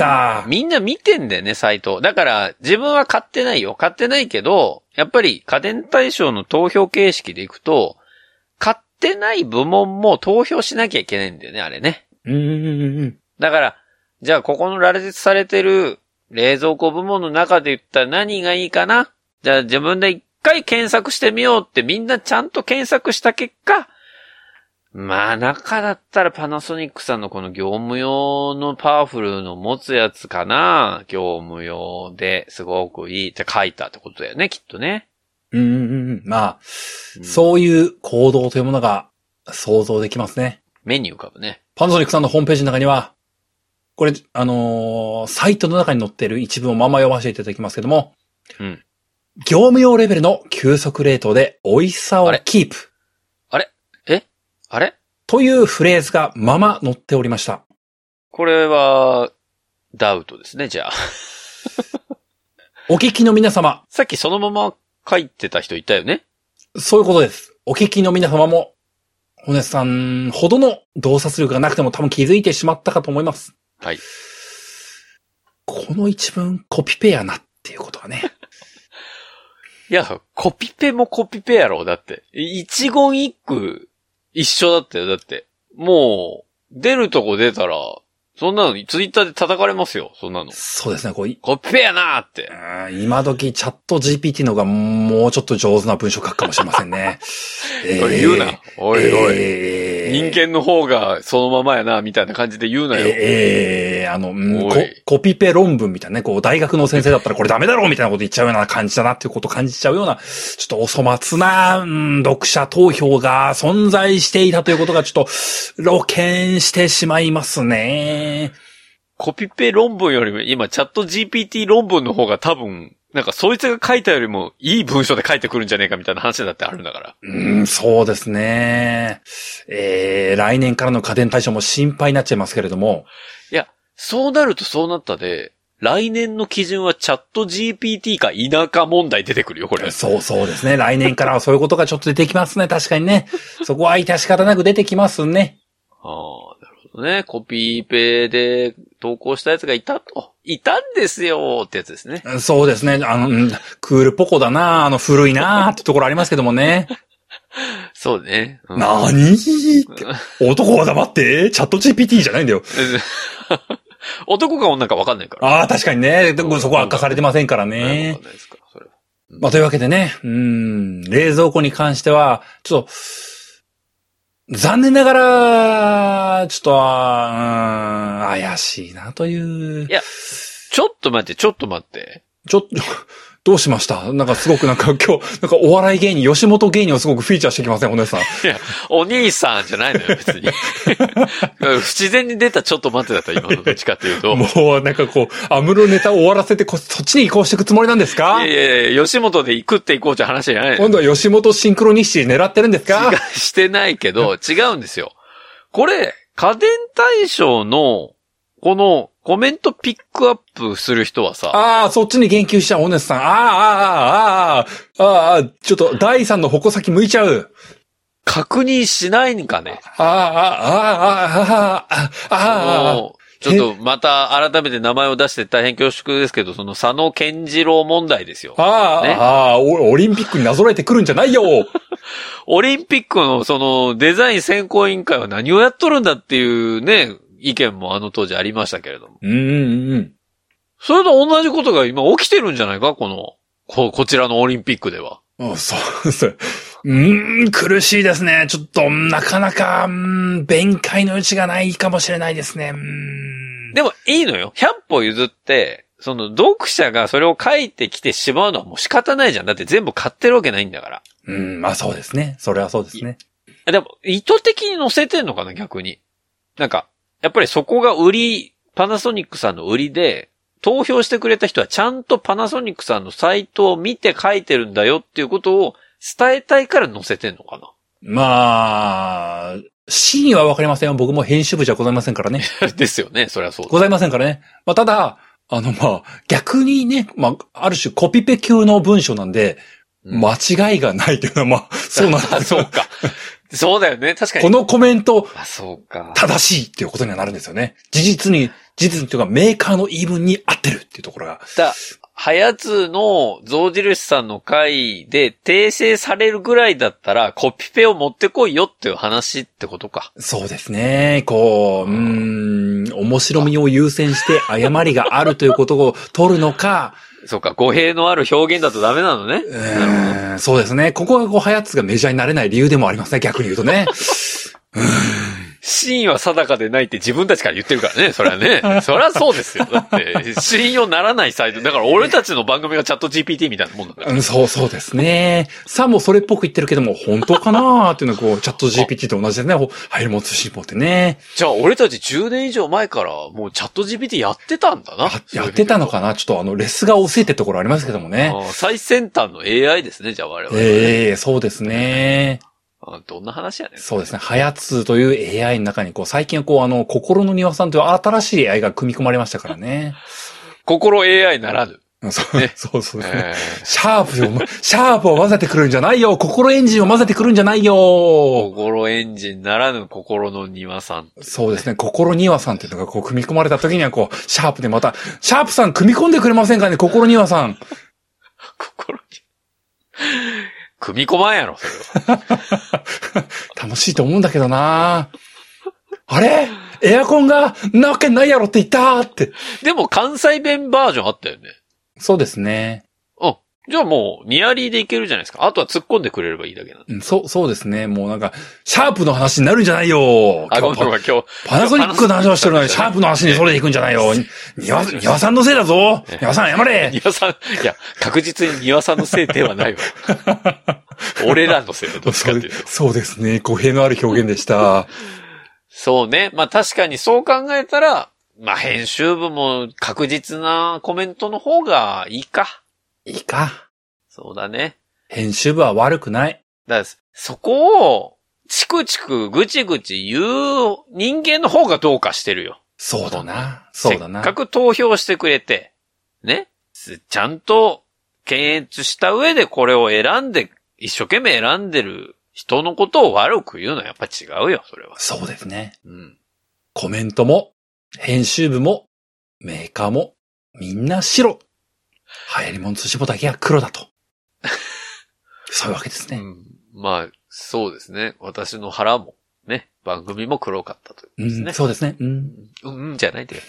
みんな見てんだよね、サイト。だから、自分は買ってないよ。買ってないけど、やっぱり家電大賞の投票形式でいくと、買ってない部門も投票しなきゃいけないんだよね、あれね。だから、じゃあここの羅列されてる冷蔵庫部門の中で言ったら何がいいかな？じゃあ自分で一回検索してみようってみんなちゃんと検索した結果、まあ中だったらパナソニックさんのこの業務用のパワフルの持つやつかな。業務用ですごくいいって書いたってことだよね、きっとね。 まあ、そういう行動というものが想像できますね。 目に浮かぶね。 パナソニックさんのホームページの中には、これ、サイトの中に載っている一文をまま読ませていただきますけども、業務用レベルの急速冷凍で美味しさをキープ。 あれというフレーズがまま載っておりました。 これは、ダウトですね、じゃあ。 お聞きの皆様。 さっきそのまま書いてた人いたよね。 そういうことです。お聞きの皆様も、ホネスさんほどの洞察力がなくても多分気づいてしまったかと思います。 はい。 この一文コピペやなっていうことはね。 いや、コピペもコピペやろ、だって。一言一句一緒だったよ、だって。もう、出るとこ出たら、そんなのツイッターで叩かれますよ、そんなの。 そうですね、 コピペやなーって。 今時チャット GPT の方がもうちょっと上手な文章書くかもしれませんね。 これ言うな。おいおい。人間の方がそのままやな、みたいな感じで言うなよ。 コピペ論文みたいなね、こう大学の先生だったらこれダメだろうみたいなこと言っちゃうような感じだなっていうことを感じちゃうような、ちょっとお粗末な、読者投票が存在していたということがちょっと露見してしまいますね。 コピペ論文よりも今チャット GPT 論文の方が多分、なんかそいつが書いたよりもいい文章で書いてくるんじゃねえかみたいな話だってあるんだから。 そうですね。来年からの家電対象も心配になっちゃいますけれども。 いや、そうなるとそうなったで、来年の基準はチャット GPT か田舎問題出てくるよ、これ。 そうですね。来年からはそういうことがちょっと出てきますね。確かにね。そこは致し方なく出てきますね。 なるほどね。コピペで投稿したやつがいたんですよってやつですね。 そうですね。クールポコだな、古いなってところありますけどもね。 そうね。 何男は黙って、チャット GPT じゃないんだよ。 男か女か分かんないから。 ああ、確かにね。そこは明かされてませんからね。分かんないですか、それは。というわけでね、冷蔵庫に関しては、ちょっと、残念ながら、ちょっと、怪しいなという。 いや、ちょっと待って。 どうしましたなんかすごくなんか今日、なんかお笑い芸人、吉本芸人をすごくフィーチャーしてきません、お姉さん。いや、お兄さんじゃないのよ、別に。不自然に出たちょっと待ってだった、今のどっちかっていうと。 もうなんかこう、アムロネタを終わらせてそっちに移行していくつもりなんですか？ いや、吉本で行こうって話じゃないの。 今度は吉本シンクロニシティ狙ってるんですか？ してないけど、違うんですよ。これ、家電大賞の、このコメントピックアップする人はさ。 そっちに言及しちゃう、おねすさん。ちょっと第3の矛先向いちゃう。 確認しないんかね。ちょっとまた改めて名前を出して大変恐縮ですけど、その佐野健次郎問題ですよ。 オリンピックになぞらえてくるんじゃないよ。 オリンピックのそのデザイン選考委員会は何をやっとるんだっていうね、意見も当時ありましたけれども。それと同じことが今起きてるんじゃないかこちらのオリンピックでは。 苦しいですね。ちょっと、なかなか、弁解の余地がないかもしれないですね。 でもいいのよ。100歩譲って、その読者がそれを書いてきてしまうのはもう仕方ないじゃん。だって全部買ってるわけないんだから。 そうですね。それはそうですね。 でも、意図的に載せてんのかな、逆に。なんか、やっぱりそこがパナソニックさんの売りで、投票してくれた人はちゃんとパナソニックさんのサイトを見て書いてるんだよっていうことを伝えたいから載せてんのかな。真意はわかりませんよ。僕も編集部じゃございませんからね。 ですよね。それはそうです。 ございませんからね。ただ、逆にね、ある種コピペ級の文章なんで、間違いがないというのは、そうなんですそうか。そうだよね。確かに。 このコメント、 そうか。 正しいっていうことにはなるんですよね。事実というかメーカーの言い分に合ってるっていうところが。 はやつの象印さんの回で訂正されるぐらいだったらコピペを持ってこいよっていう話ってことか。 そうですね。面白みを優先して誤りがあるということを取るのか。 そうか、語弊のある表現だとダメなのね。 そうですね。ここがはやつがメジャーになれない理由でもありますね。逆に言うとね。 真意は定かでないって自分たちから言ってるからね。それはね。そりゃそうですよ。だって、信用ならないサイト。だから俺たちの番組がチャット GPT みたいなもんなんだよ。 そうですね。さあもうそれっぽく言ってるけども、本当かなーっていうのはこう、チャット GPT と同じでね、入りも通信簿ってね。 じゃあ俺たち10年以上前からもうチャット GPT やってたんだな。 やってたのかな。ちょっとレスが遅いってところありますけどもね。 最先端の AI ですね、じゃあ我々。 そうですね。 どんな話やねん。 そうですね。はやつという AI の中にこう、最近こう心の庭さんという新しい AI が組み込まれましたからね。 心 AI ならぬ。 そうですね。シャープを混ぜてくるんじゃないよ。心エンジンを混ぜてくるんじゃないよ。 心エンジンならぬ心の庭さん。 そうですね。心庭さんっていうのがこう組み込まれた時にはこう、シャープでまた、シャープさん組み込んでくれませんかね、心庭さん。 心に。組み込まんやろ、それは。 楽しいと思うんだけどな。あれエアコンがなわけないやろって言ったって。 でも関西弁バージョンあったよね。 そうですね。 じゃあもう、ニアリーでいけるじゃないですか。あとは突っ込んでくれればいいだけなんで。 そうですね。もうなんか、シャープの話になるんじゃないよ。 ごめん今日。 パナソニックの話をしてるのに、シャープの話にそれで行くんじゃないよ。庭さんのせいだぞ。庭さん謝れ。 庭さん、いや、確実に庭さんのせいではないわ。俺らのせいだ、どっちかっていうと。 そうですね。語弊のある表現でした。 そうね。まあ確かにそう考えたら、まあ編集部も確実なコメントの方がいいか。 いいか。 そうだね。 編集部は悪くない。 だからそこを、チクチクぐちぐち言う人間の方がどうかしてるよ。 そうだな。そうだな。 せっかく投票してくれて、ね。ちゃんと検閲した上でこれを選んで、一生懸命選んでる人のことを悪く言うのはやっぱ違うよ、それは。 そうですね。 うん。 コメントも、編集部も、メーカーも、みんな白。流行り物通し簿だけが黒だと。そういうわけですね。 まあ、そうですね。私の腹も、ね、番組も黒かったということですね。 そうですね。 じゃないで。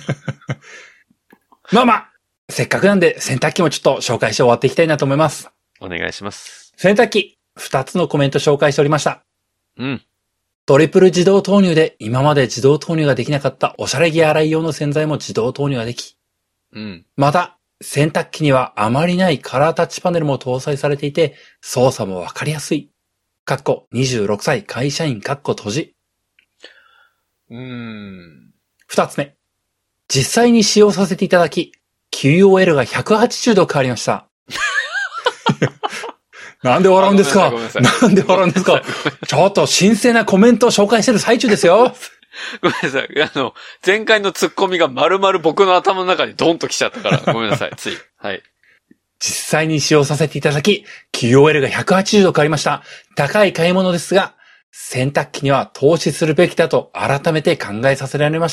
まあ、せっかくなんで洗濯機もちょっと紹介して終わっていきたいなと思います。 お願いします。 洗濯機、2つのコメント紹介しておりました。 トリプル自動投入で今まで自動投入ができなかったおしゃれ着洗い用の洗剤も自動投入ができ。また、洗濯機にはあまりないカラータッチパネルも搭載されていて、操作もわかりやすい。26歳会社員閉じ。2つ目。実際に使用させていただき、QOL が180度変わりました。なんで笑うんですか？なんで笑うんですか？ちょっと神聖なコメントを紹介してる最中ですよ。 ごめんなさい。前回のツッコミが丸々僕の頭の中にドンと来ちゃったから、ごめんなさい。つい。はい。 実際に使用させていただき、QOL が180度変わりました。高い買い物ですが、洗濯機には投資するべきだと改めて考えさせられました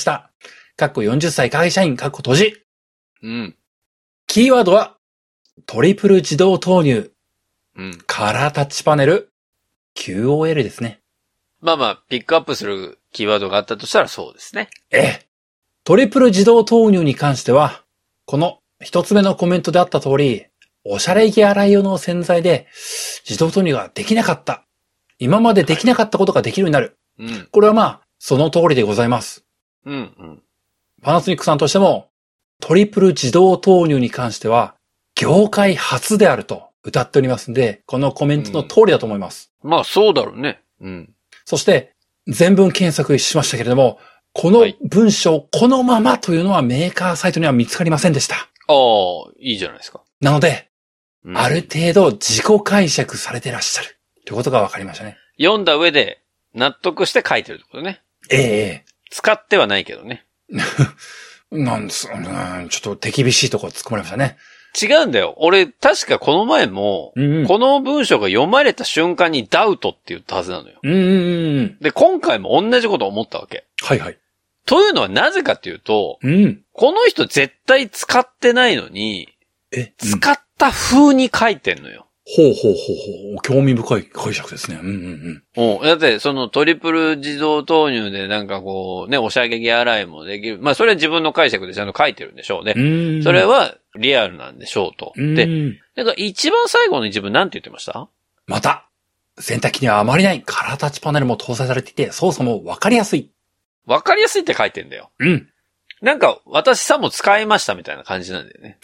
。40歳会社員閉じ。キーワードは、トリプル自動投入。カラータッチパネル。QOL ですね。まあ、ピックアップするキーワードがあったとしたらそうですね。 トリプル自動投入に関しては、この一つ目のコメントであった通り、おしゃれ着洗い用の洗剤で自動投入ができなかった。今までできなかったことができるようになる。これはその通りでございます。パナソニックさんとしても、トリプル自動投入に関しては、業界初であると歌っておりますんで、このコメントの通りだと思います。 そうだろうね。 そして、全文検索しましたけれども、この文章、このままというのはメーカーサイトには見つかりませんでした。 いいじゃないですか。 なので、ある程度自己解釈されてらっしゃるということが分かりましたね。 読んだ上で納得して書いてるってことね。使ってはないけどね。 なんです、ちょっと手厳しいところ突っ込まれましたね。 違うんだよ。俺、確かこの前も、この文章が読まれた瞬間にダウトって言ったはずなのよ。で、今回も同じこと思ったわけ。というのはなぜかっていうと、この人絶対使ってないのに、使った風に書いてんのよ。興味深い解釈ですね。 だって、そのトリプル自動投入でなんかこう、ね、おしゃれ着洗いもできる。それは自分の解釈でちゃんと書いてるんでしょうね。それはリアルなんでしょうと。で、だから一番最後の一文なんて言ってました？ また、 洗濯機にはあまりないカラータッチパネルも搭載されていて、操作もわかりやすい。 わかりやすいって書いてんだよ。 うん。 なんか、私さも使いましたみたいな感じなんだよね。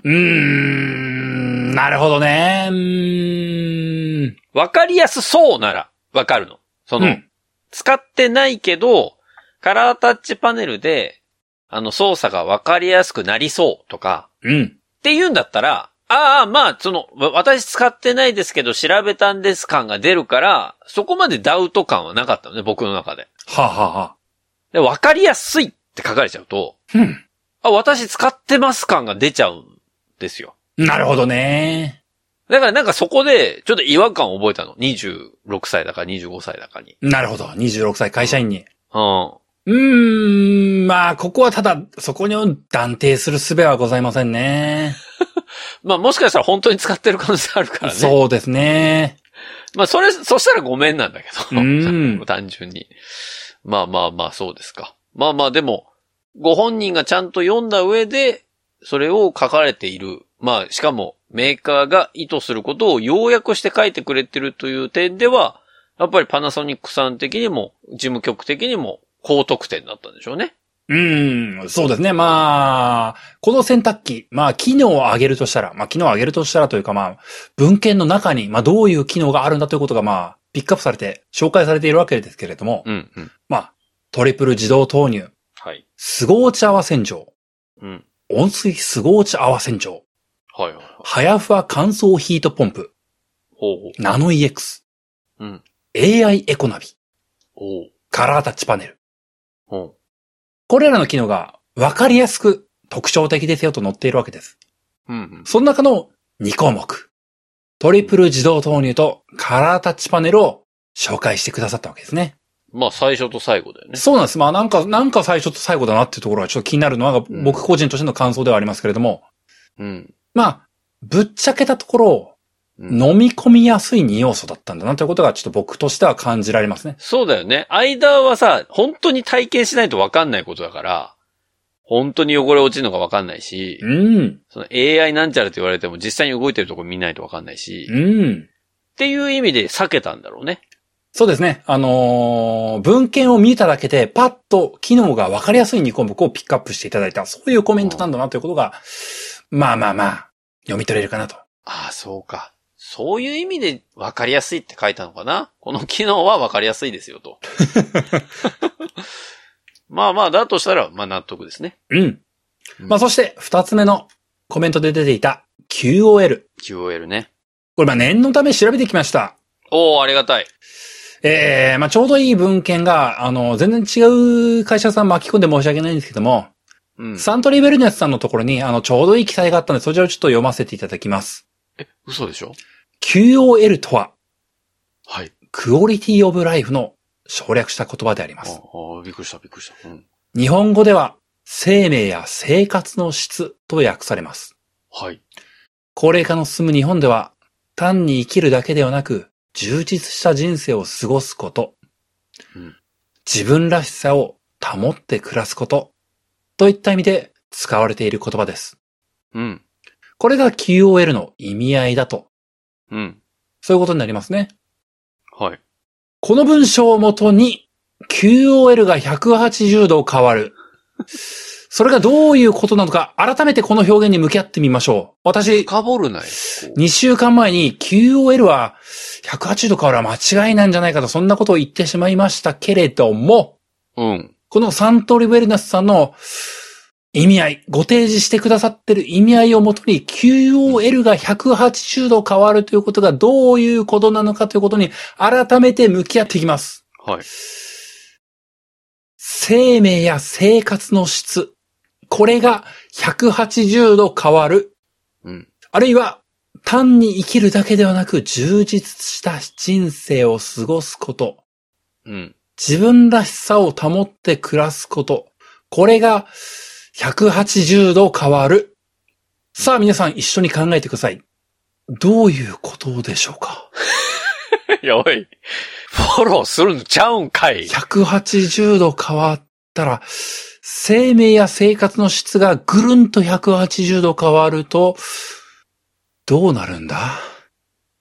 なるほどね。 わかりやすそうなら、わかるの。使ってないけど、カラータッチパネルで、操作がわかりやすくなりそうとか、って言うんだったら、私使ってないですけど調べたんです感が出るから、そこまでダウト感はなかったのね、僕の中で。で、わかりやすいって書かれちゃうと、私使ってます感が出ちゃうんですよ。 なるほどね。 だからなんかそこで、ちょっと違和感を覚えたの。26歳だか25歳だかに。 なるほど。26歳会社員に。 ここはただ、そこに断定する術はございませんね。 もしかしたら本当に使ってる可能性あるからね。 そうですね。 そしたらごめんなんだけど。単純に。そうですか。でも、ご本人がちゃんと読んだ上で、それを書かれている。しかも、メーカーが意図することを要約して書いてくれてるという点では、やっぱりパナソニックさん的にも、事務局的にも、高得点だったんでしょうね。 そうですね。この洗濯機、機能を上げるとしたら、というか文献の中に、どういう機能があるんだということが、ピックアップされて、紹介されているわけですけれども、トリプル自動投入、凄落ち泡洗浄、温水凄落ち泡洗浄、はやふわ乾燥ヒートポンプ、ナノ EX、AI エコナビ、カラータッチパネル、これらの機能が分かりやすく特徴的ですよと載っているわけです。その中の2項目。トリプル自動投入とカラータッチパネルを紹介してくださったわけですね。 最初と最後だよね。 そうなんです。なんか最初と最後だなっていうところがちょっと気になるのは、僕個人としての感想ではありますけれども。ぶっちゃけたところ、飲み込みやすい2要素だったんだなということがちょっと僕としては感じられますね。 そうだよね。間はさ、本当に体験しないと分かんないことだから、本当に汚れ落ちるのか分かんないし、その AI なんちゃらって言われても実際に動いてるとこ見ないと分かんないし、っていう意味で避けたんだろうね。 そうですね。文献を見ただけでパッと機能が分かりやすい2項目をピックアップしていただいた、そういうコメントなんだなということが、読み取れるかなと。 そうか。そういう意味で分かりやすいって書いたのかな。この機能は分かりやすいですよと。だとしたら、納得ですね。 そして2つ目のコメントで出ていた QOL。 QOL ね。 これ念のため調べてきました。 ありがたい。 ちょうどいい文献が、全然違う会社さん巻き込んで申し訳ないんですけども、サントリーベルネスさんのところに、ちょうどいい記載があったので、そちらをちょっと読ませていただきます。 嘘でしょ？ QOL とは、クオリティオブライフの省略した言葉であります。 びっくりした。 日本語では、生命や生活の質と訳されます。高齢化の進む日本では、単に生きるだけではなく、充実した人生を過ごすこと、自分らしさを保って暮らすこと、といった意味で使われている言葉です。これが QOL の意味合いだと。そういうことになりますね。この文章をもとに QOL が180度変わる。それがどういうことなのか、改めてこの表現に向き合ってみましょう。私、 深掘るない。 2週間前に QOL は180度変わるは間違いなんじゃないかと、そんなことを言ってしまいましたけれども、このサントリーウェルネスさんの意味合い、ご提示してくださっている意味合いをもとに QOL が180度変わるということがどういうことなのかということに改めて向き合っていきます。生命や生活の質。これが180度変わる。あるいは単に生きるだけではなく充実した人生を過ごすこと。自分らしさを保って暮らすこと。これが180度変わる。さあ皆さん一緒に考えてください。どういうことでしょうか？ いやおい、フォローするのちゃうんかい。 180度変わったら、生命や生活の質がぐるんと180度変わると、どうなるんだ？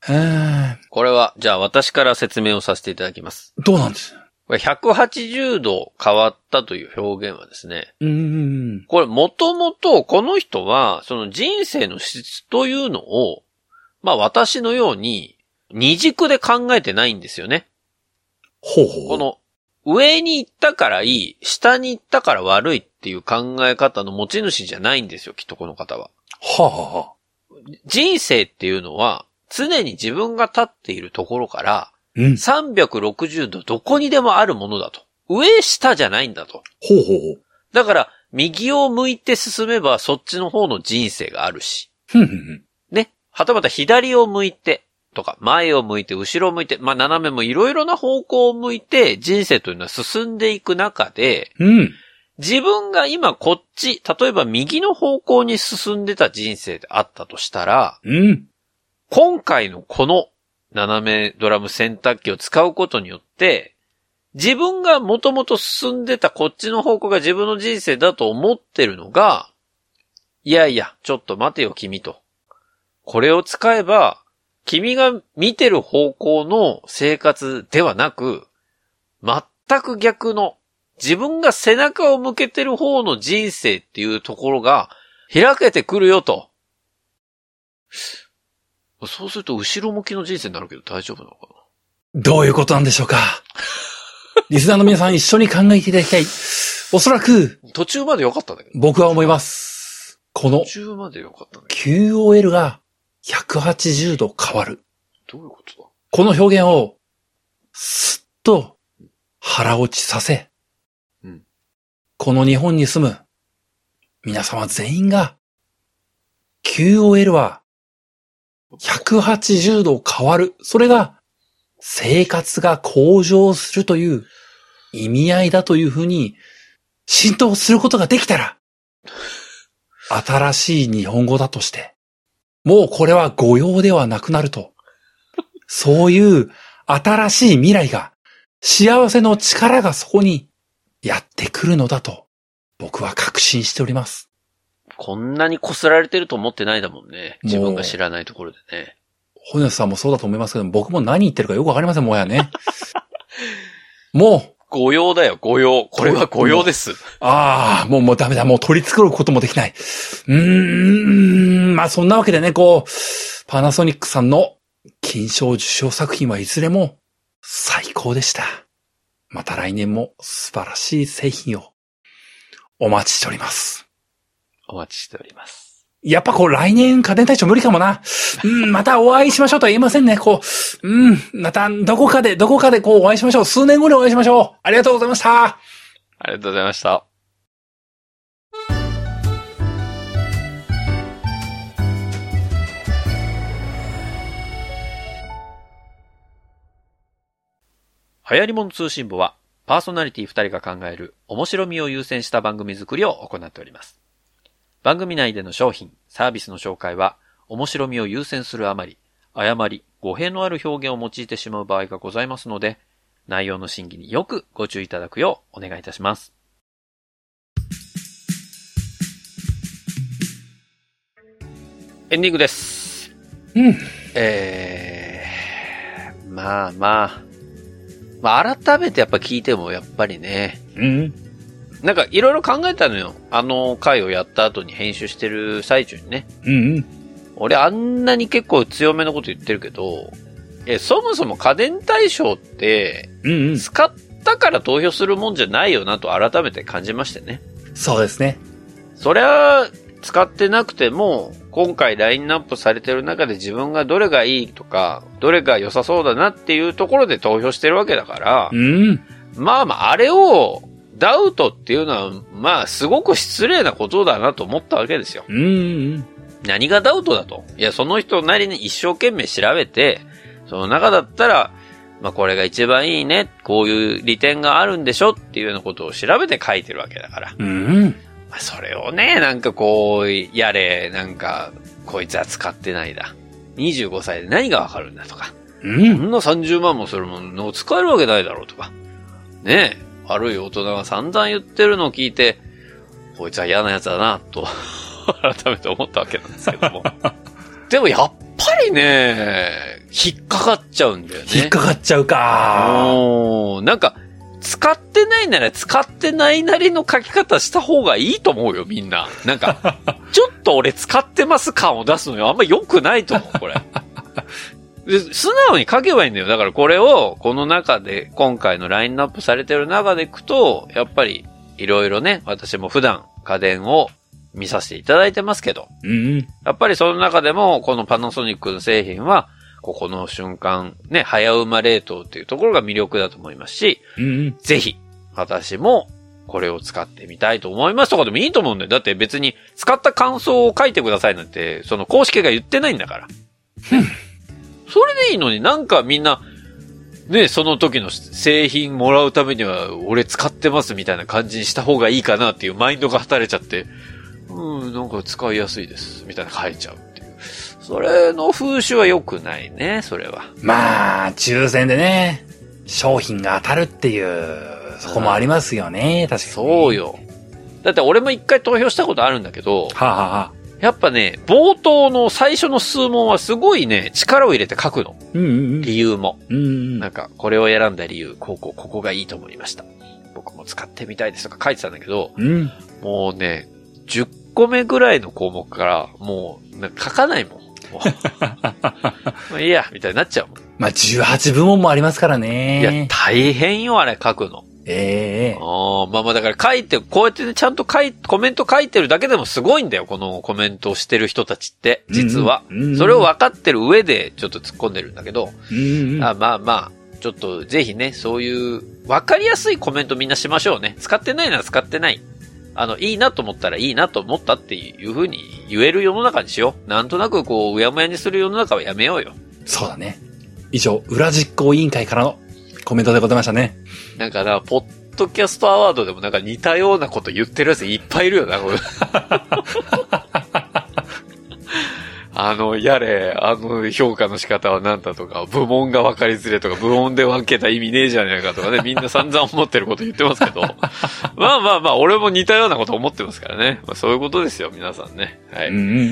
これは、じゃあ私から説明をさせていただきます。 どうなんです？ これ180度変わったという表現はですね。これもともとこの人は、その人生の質というのを、まあ私のように二軸で考えてないんですよね。 ほうほう。 この上に行ったからいい、下に行ったから悪いっていう考え方の持ち主じゃないんですよ、きっとこの方は。 はあはあ。 人生っていうのは常に自分が立っているところから、360度どこにでもあるものだと。上下じゃないんだと。 ほうほうほう。 だから、右を向いて進めばそっちの方の人生があるし。ね。はたまた左を向いてとか、前を向いて、後ろを向いて、まあ斜めもいろいろな方向を向いて人生というのは進んでいく中で、自分が今こっち、例えば右の方向に進んでた人生であったとしたら、今回のこの斜めドラム洗濯機を使うことによって、自分がもともと進んでたこっちの方向が自分の人生だと思ってるのが、いやいや、ちょっと待てよ君と。これを使えば、君が見てる方向の生活ではなく、全く逆の、自分が背中を向けてる方の人生っていうところが開けてくるよと。そうすると後ろ向きの人生になるけど大丈夫なのかな？ どういうことなんでしょうか？リスナーの皆さん一緒に考えていただきたい。おそらく。 途中まで良かったんだけど。 僕は思います。この。 途中まで良かったんだけど。QOL が180度変わる。 どういうことだ？ この表現を、すっと腹落ちさせ。この日本に住む皆様全員が、QOL は180度変わる。それが生活が向上するという意味合いだというふうに浸透することができたら、新しい日本語だとして、もうこれは誤用ではなくなると、そういう新しい未来が、幸せの力がそこにやってくるのだと、僕は確信しております。 こんなに擦られてると思ってないだもんね。自分が知らないところでね。 本吉さんもそうだと思いますけど、僕も何言ってるかよくわかりません、もはやね。もう。 誤用だよ、誤用。これは誤用です。 もうダメだ、もう取り繕うこともできない。まあそんなわけでね、パナソニックさんの金賞受賞作品はいずれも最高でした。また来年も素晴らしい製品をお待ちしております。 お待ちしております。 やっぱ来年家電大賞無理かもな。またお会いしましょうとは言えませんね。またどこかでお会いしましょう。数年後にお会いしましょう。ありがとうございました。 ありがとうございました。流行り物通信簿はパーソナリティ2人が考える面白みを優先した番組作りを行っております。番組内での商品、サービスの紹介は面白みを優先するあまり、誤り、語弊のある表現を用いてしまう場合がございますので、内容の審議によくご注意いただくようお願いいたします。エンディングです。改めてやっぱ聞いてもやっぱりね。なんかいろいろ考えたのよ。回をやった後に編集してる最中にね。俺あんなに結構強めのこと言ってるけど、そもそも家電大賞って、使ったから投票するもんじゃないよなと改めて感じましてね。 そうですね。 そりゃ、使ってなくても、今回ラインナップされてる中で自分がどれがいいとか、どれが良さそうだなっていうところで投票してるわけだから、あれをダウトっていうのは、すごく失礼なことだなと思ったわけですよ。何がダウトだと。いや、その人なりに一生懸命調べて、その中だったら、これが一番いいね、こういう利点があるんでしょっていうようなことを調べて書いてるわけだから。それをね、やれ、こいつは使ってないだ。25歳で何がわかるんだとか。こんな30万もするものを使えるわけないだろうとか。ねえ、悪い大人が散々言ってるのを聞いて、こいつは嫌な奴だな、と、改めて思ったわけなんですけども。でもやっぱりね、引っかかっちゃうんだよね。 引っかかっちゃうか。 なんか、使ってないなら使ってないなりの書き方した方がいいと思うよ、みんな。なんか、ちょっと俺使ってます感を出すのよ。あんま良くないと思う、これ。で素直に書けばいいんだよ。だからこれを、この中で、今回のラインナップされてる中でいくと、やっぱり、いろいろね、私も普段家電を見させていただいてますけど、やっぱりその中でも、このパナソニックの製品は、ここの瞬間、ね、早生ま冷凍っていうところが魅力だと思いますし、ぜひ、私もこれを使ってみたいと思いますとかでもいいと思うんだよ。だって別に使った感想を書いてくださいなんて、その公式が言ってないんだから。それでいいのになんかみんな、ね、その時の製品もらうためには、俺使ってますみたいな感じにした方がいいかなっていうマインドが働いちゃって、なんか使いやすいです、みたいな書いちゃう。それの風習は良くないね、それは。 まあ、抽選でね、商品が当たるっていう、そこもありますよね、確かに。 そうよ。だって俺も一回投票したことあるんだけど、やっぱね、冒頭の最初の数問はすごいね、力を入れて書くの。理由も。なんか、これを選んだ理由、ここがいいと思いました。僕も使ってみたいですとか書いてたんだけど、もうね、10個目ぐらいの項目から、もう、書かないもん。まあいいや、みたいになっちゃうもん。 まあ、18部門もありますからね。 いや、大変よ、あれ書くの。まあだから書いて、こうやってね、ちゃんとコメント書いてるだけでもすごいんだよ、このコメントをしてる人たちって、実は。それを分かってる上で、ちょっと突っ込んでるんだけど、まあ、ちょっとぜひね、そういう、分かりやすいコメントみんなしましょうね。使ってないなら使ってない。いいなと思ったらいいなと思ったっていう風に言える世の中にしよう。なんとなくこう、うやむやにする世の中はやめようよ。 そうだね。以上、裏実行委員会からのコメントでございましたね。 なんかな、ポッドキャストアワードでもなんか似たようなこと言ってるやついっぱいいるよな、これ。評価の仕方は何だとか、部門が分かりづれとか、部門で分けた意味ねえじゃねえかとかね、みんな散々思ってること言ってますけど。まあ、俺も似たようなこと思ってますからね。まあそういうことですよ、皆さんね。はい。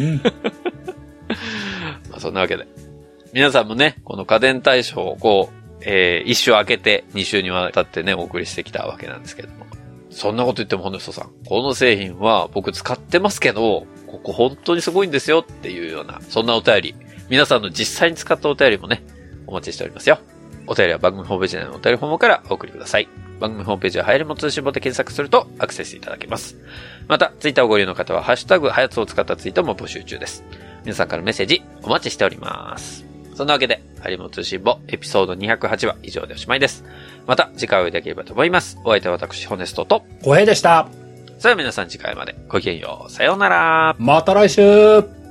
まあそんなわけで。皆さんもね、この家電大賞をこう、一週明けて2週にわたってね、お送りしてきたわけなんですけども。そんなこと言っても、ほんとさん、この製品は僕使ってますけど、ここ本当にすごいんですよっていうような、そんなお便り、皆さんの実際に使ったお便りもね、お待ちしておりますよ。お便りは番組ホームページ内のお便りフォームからお送りください。番組ホームページははやりも通信簿で検索するとアクセスいただけます。また、ツイッターをご利用の方は、ハッシュタグ、はやつを使ったツイートも募集中です。皆さんからメッセージ、お待ちしております。そんなわけで、はやりも通信簿、エピソード208は以上でおしまいです。また、次回お会いできればと思います。お相手は私、ホネストと、 小平でした。 それでは皆さん次回までごきげんよう。さようなら。 また来週。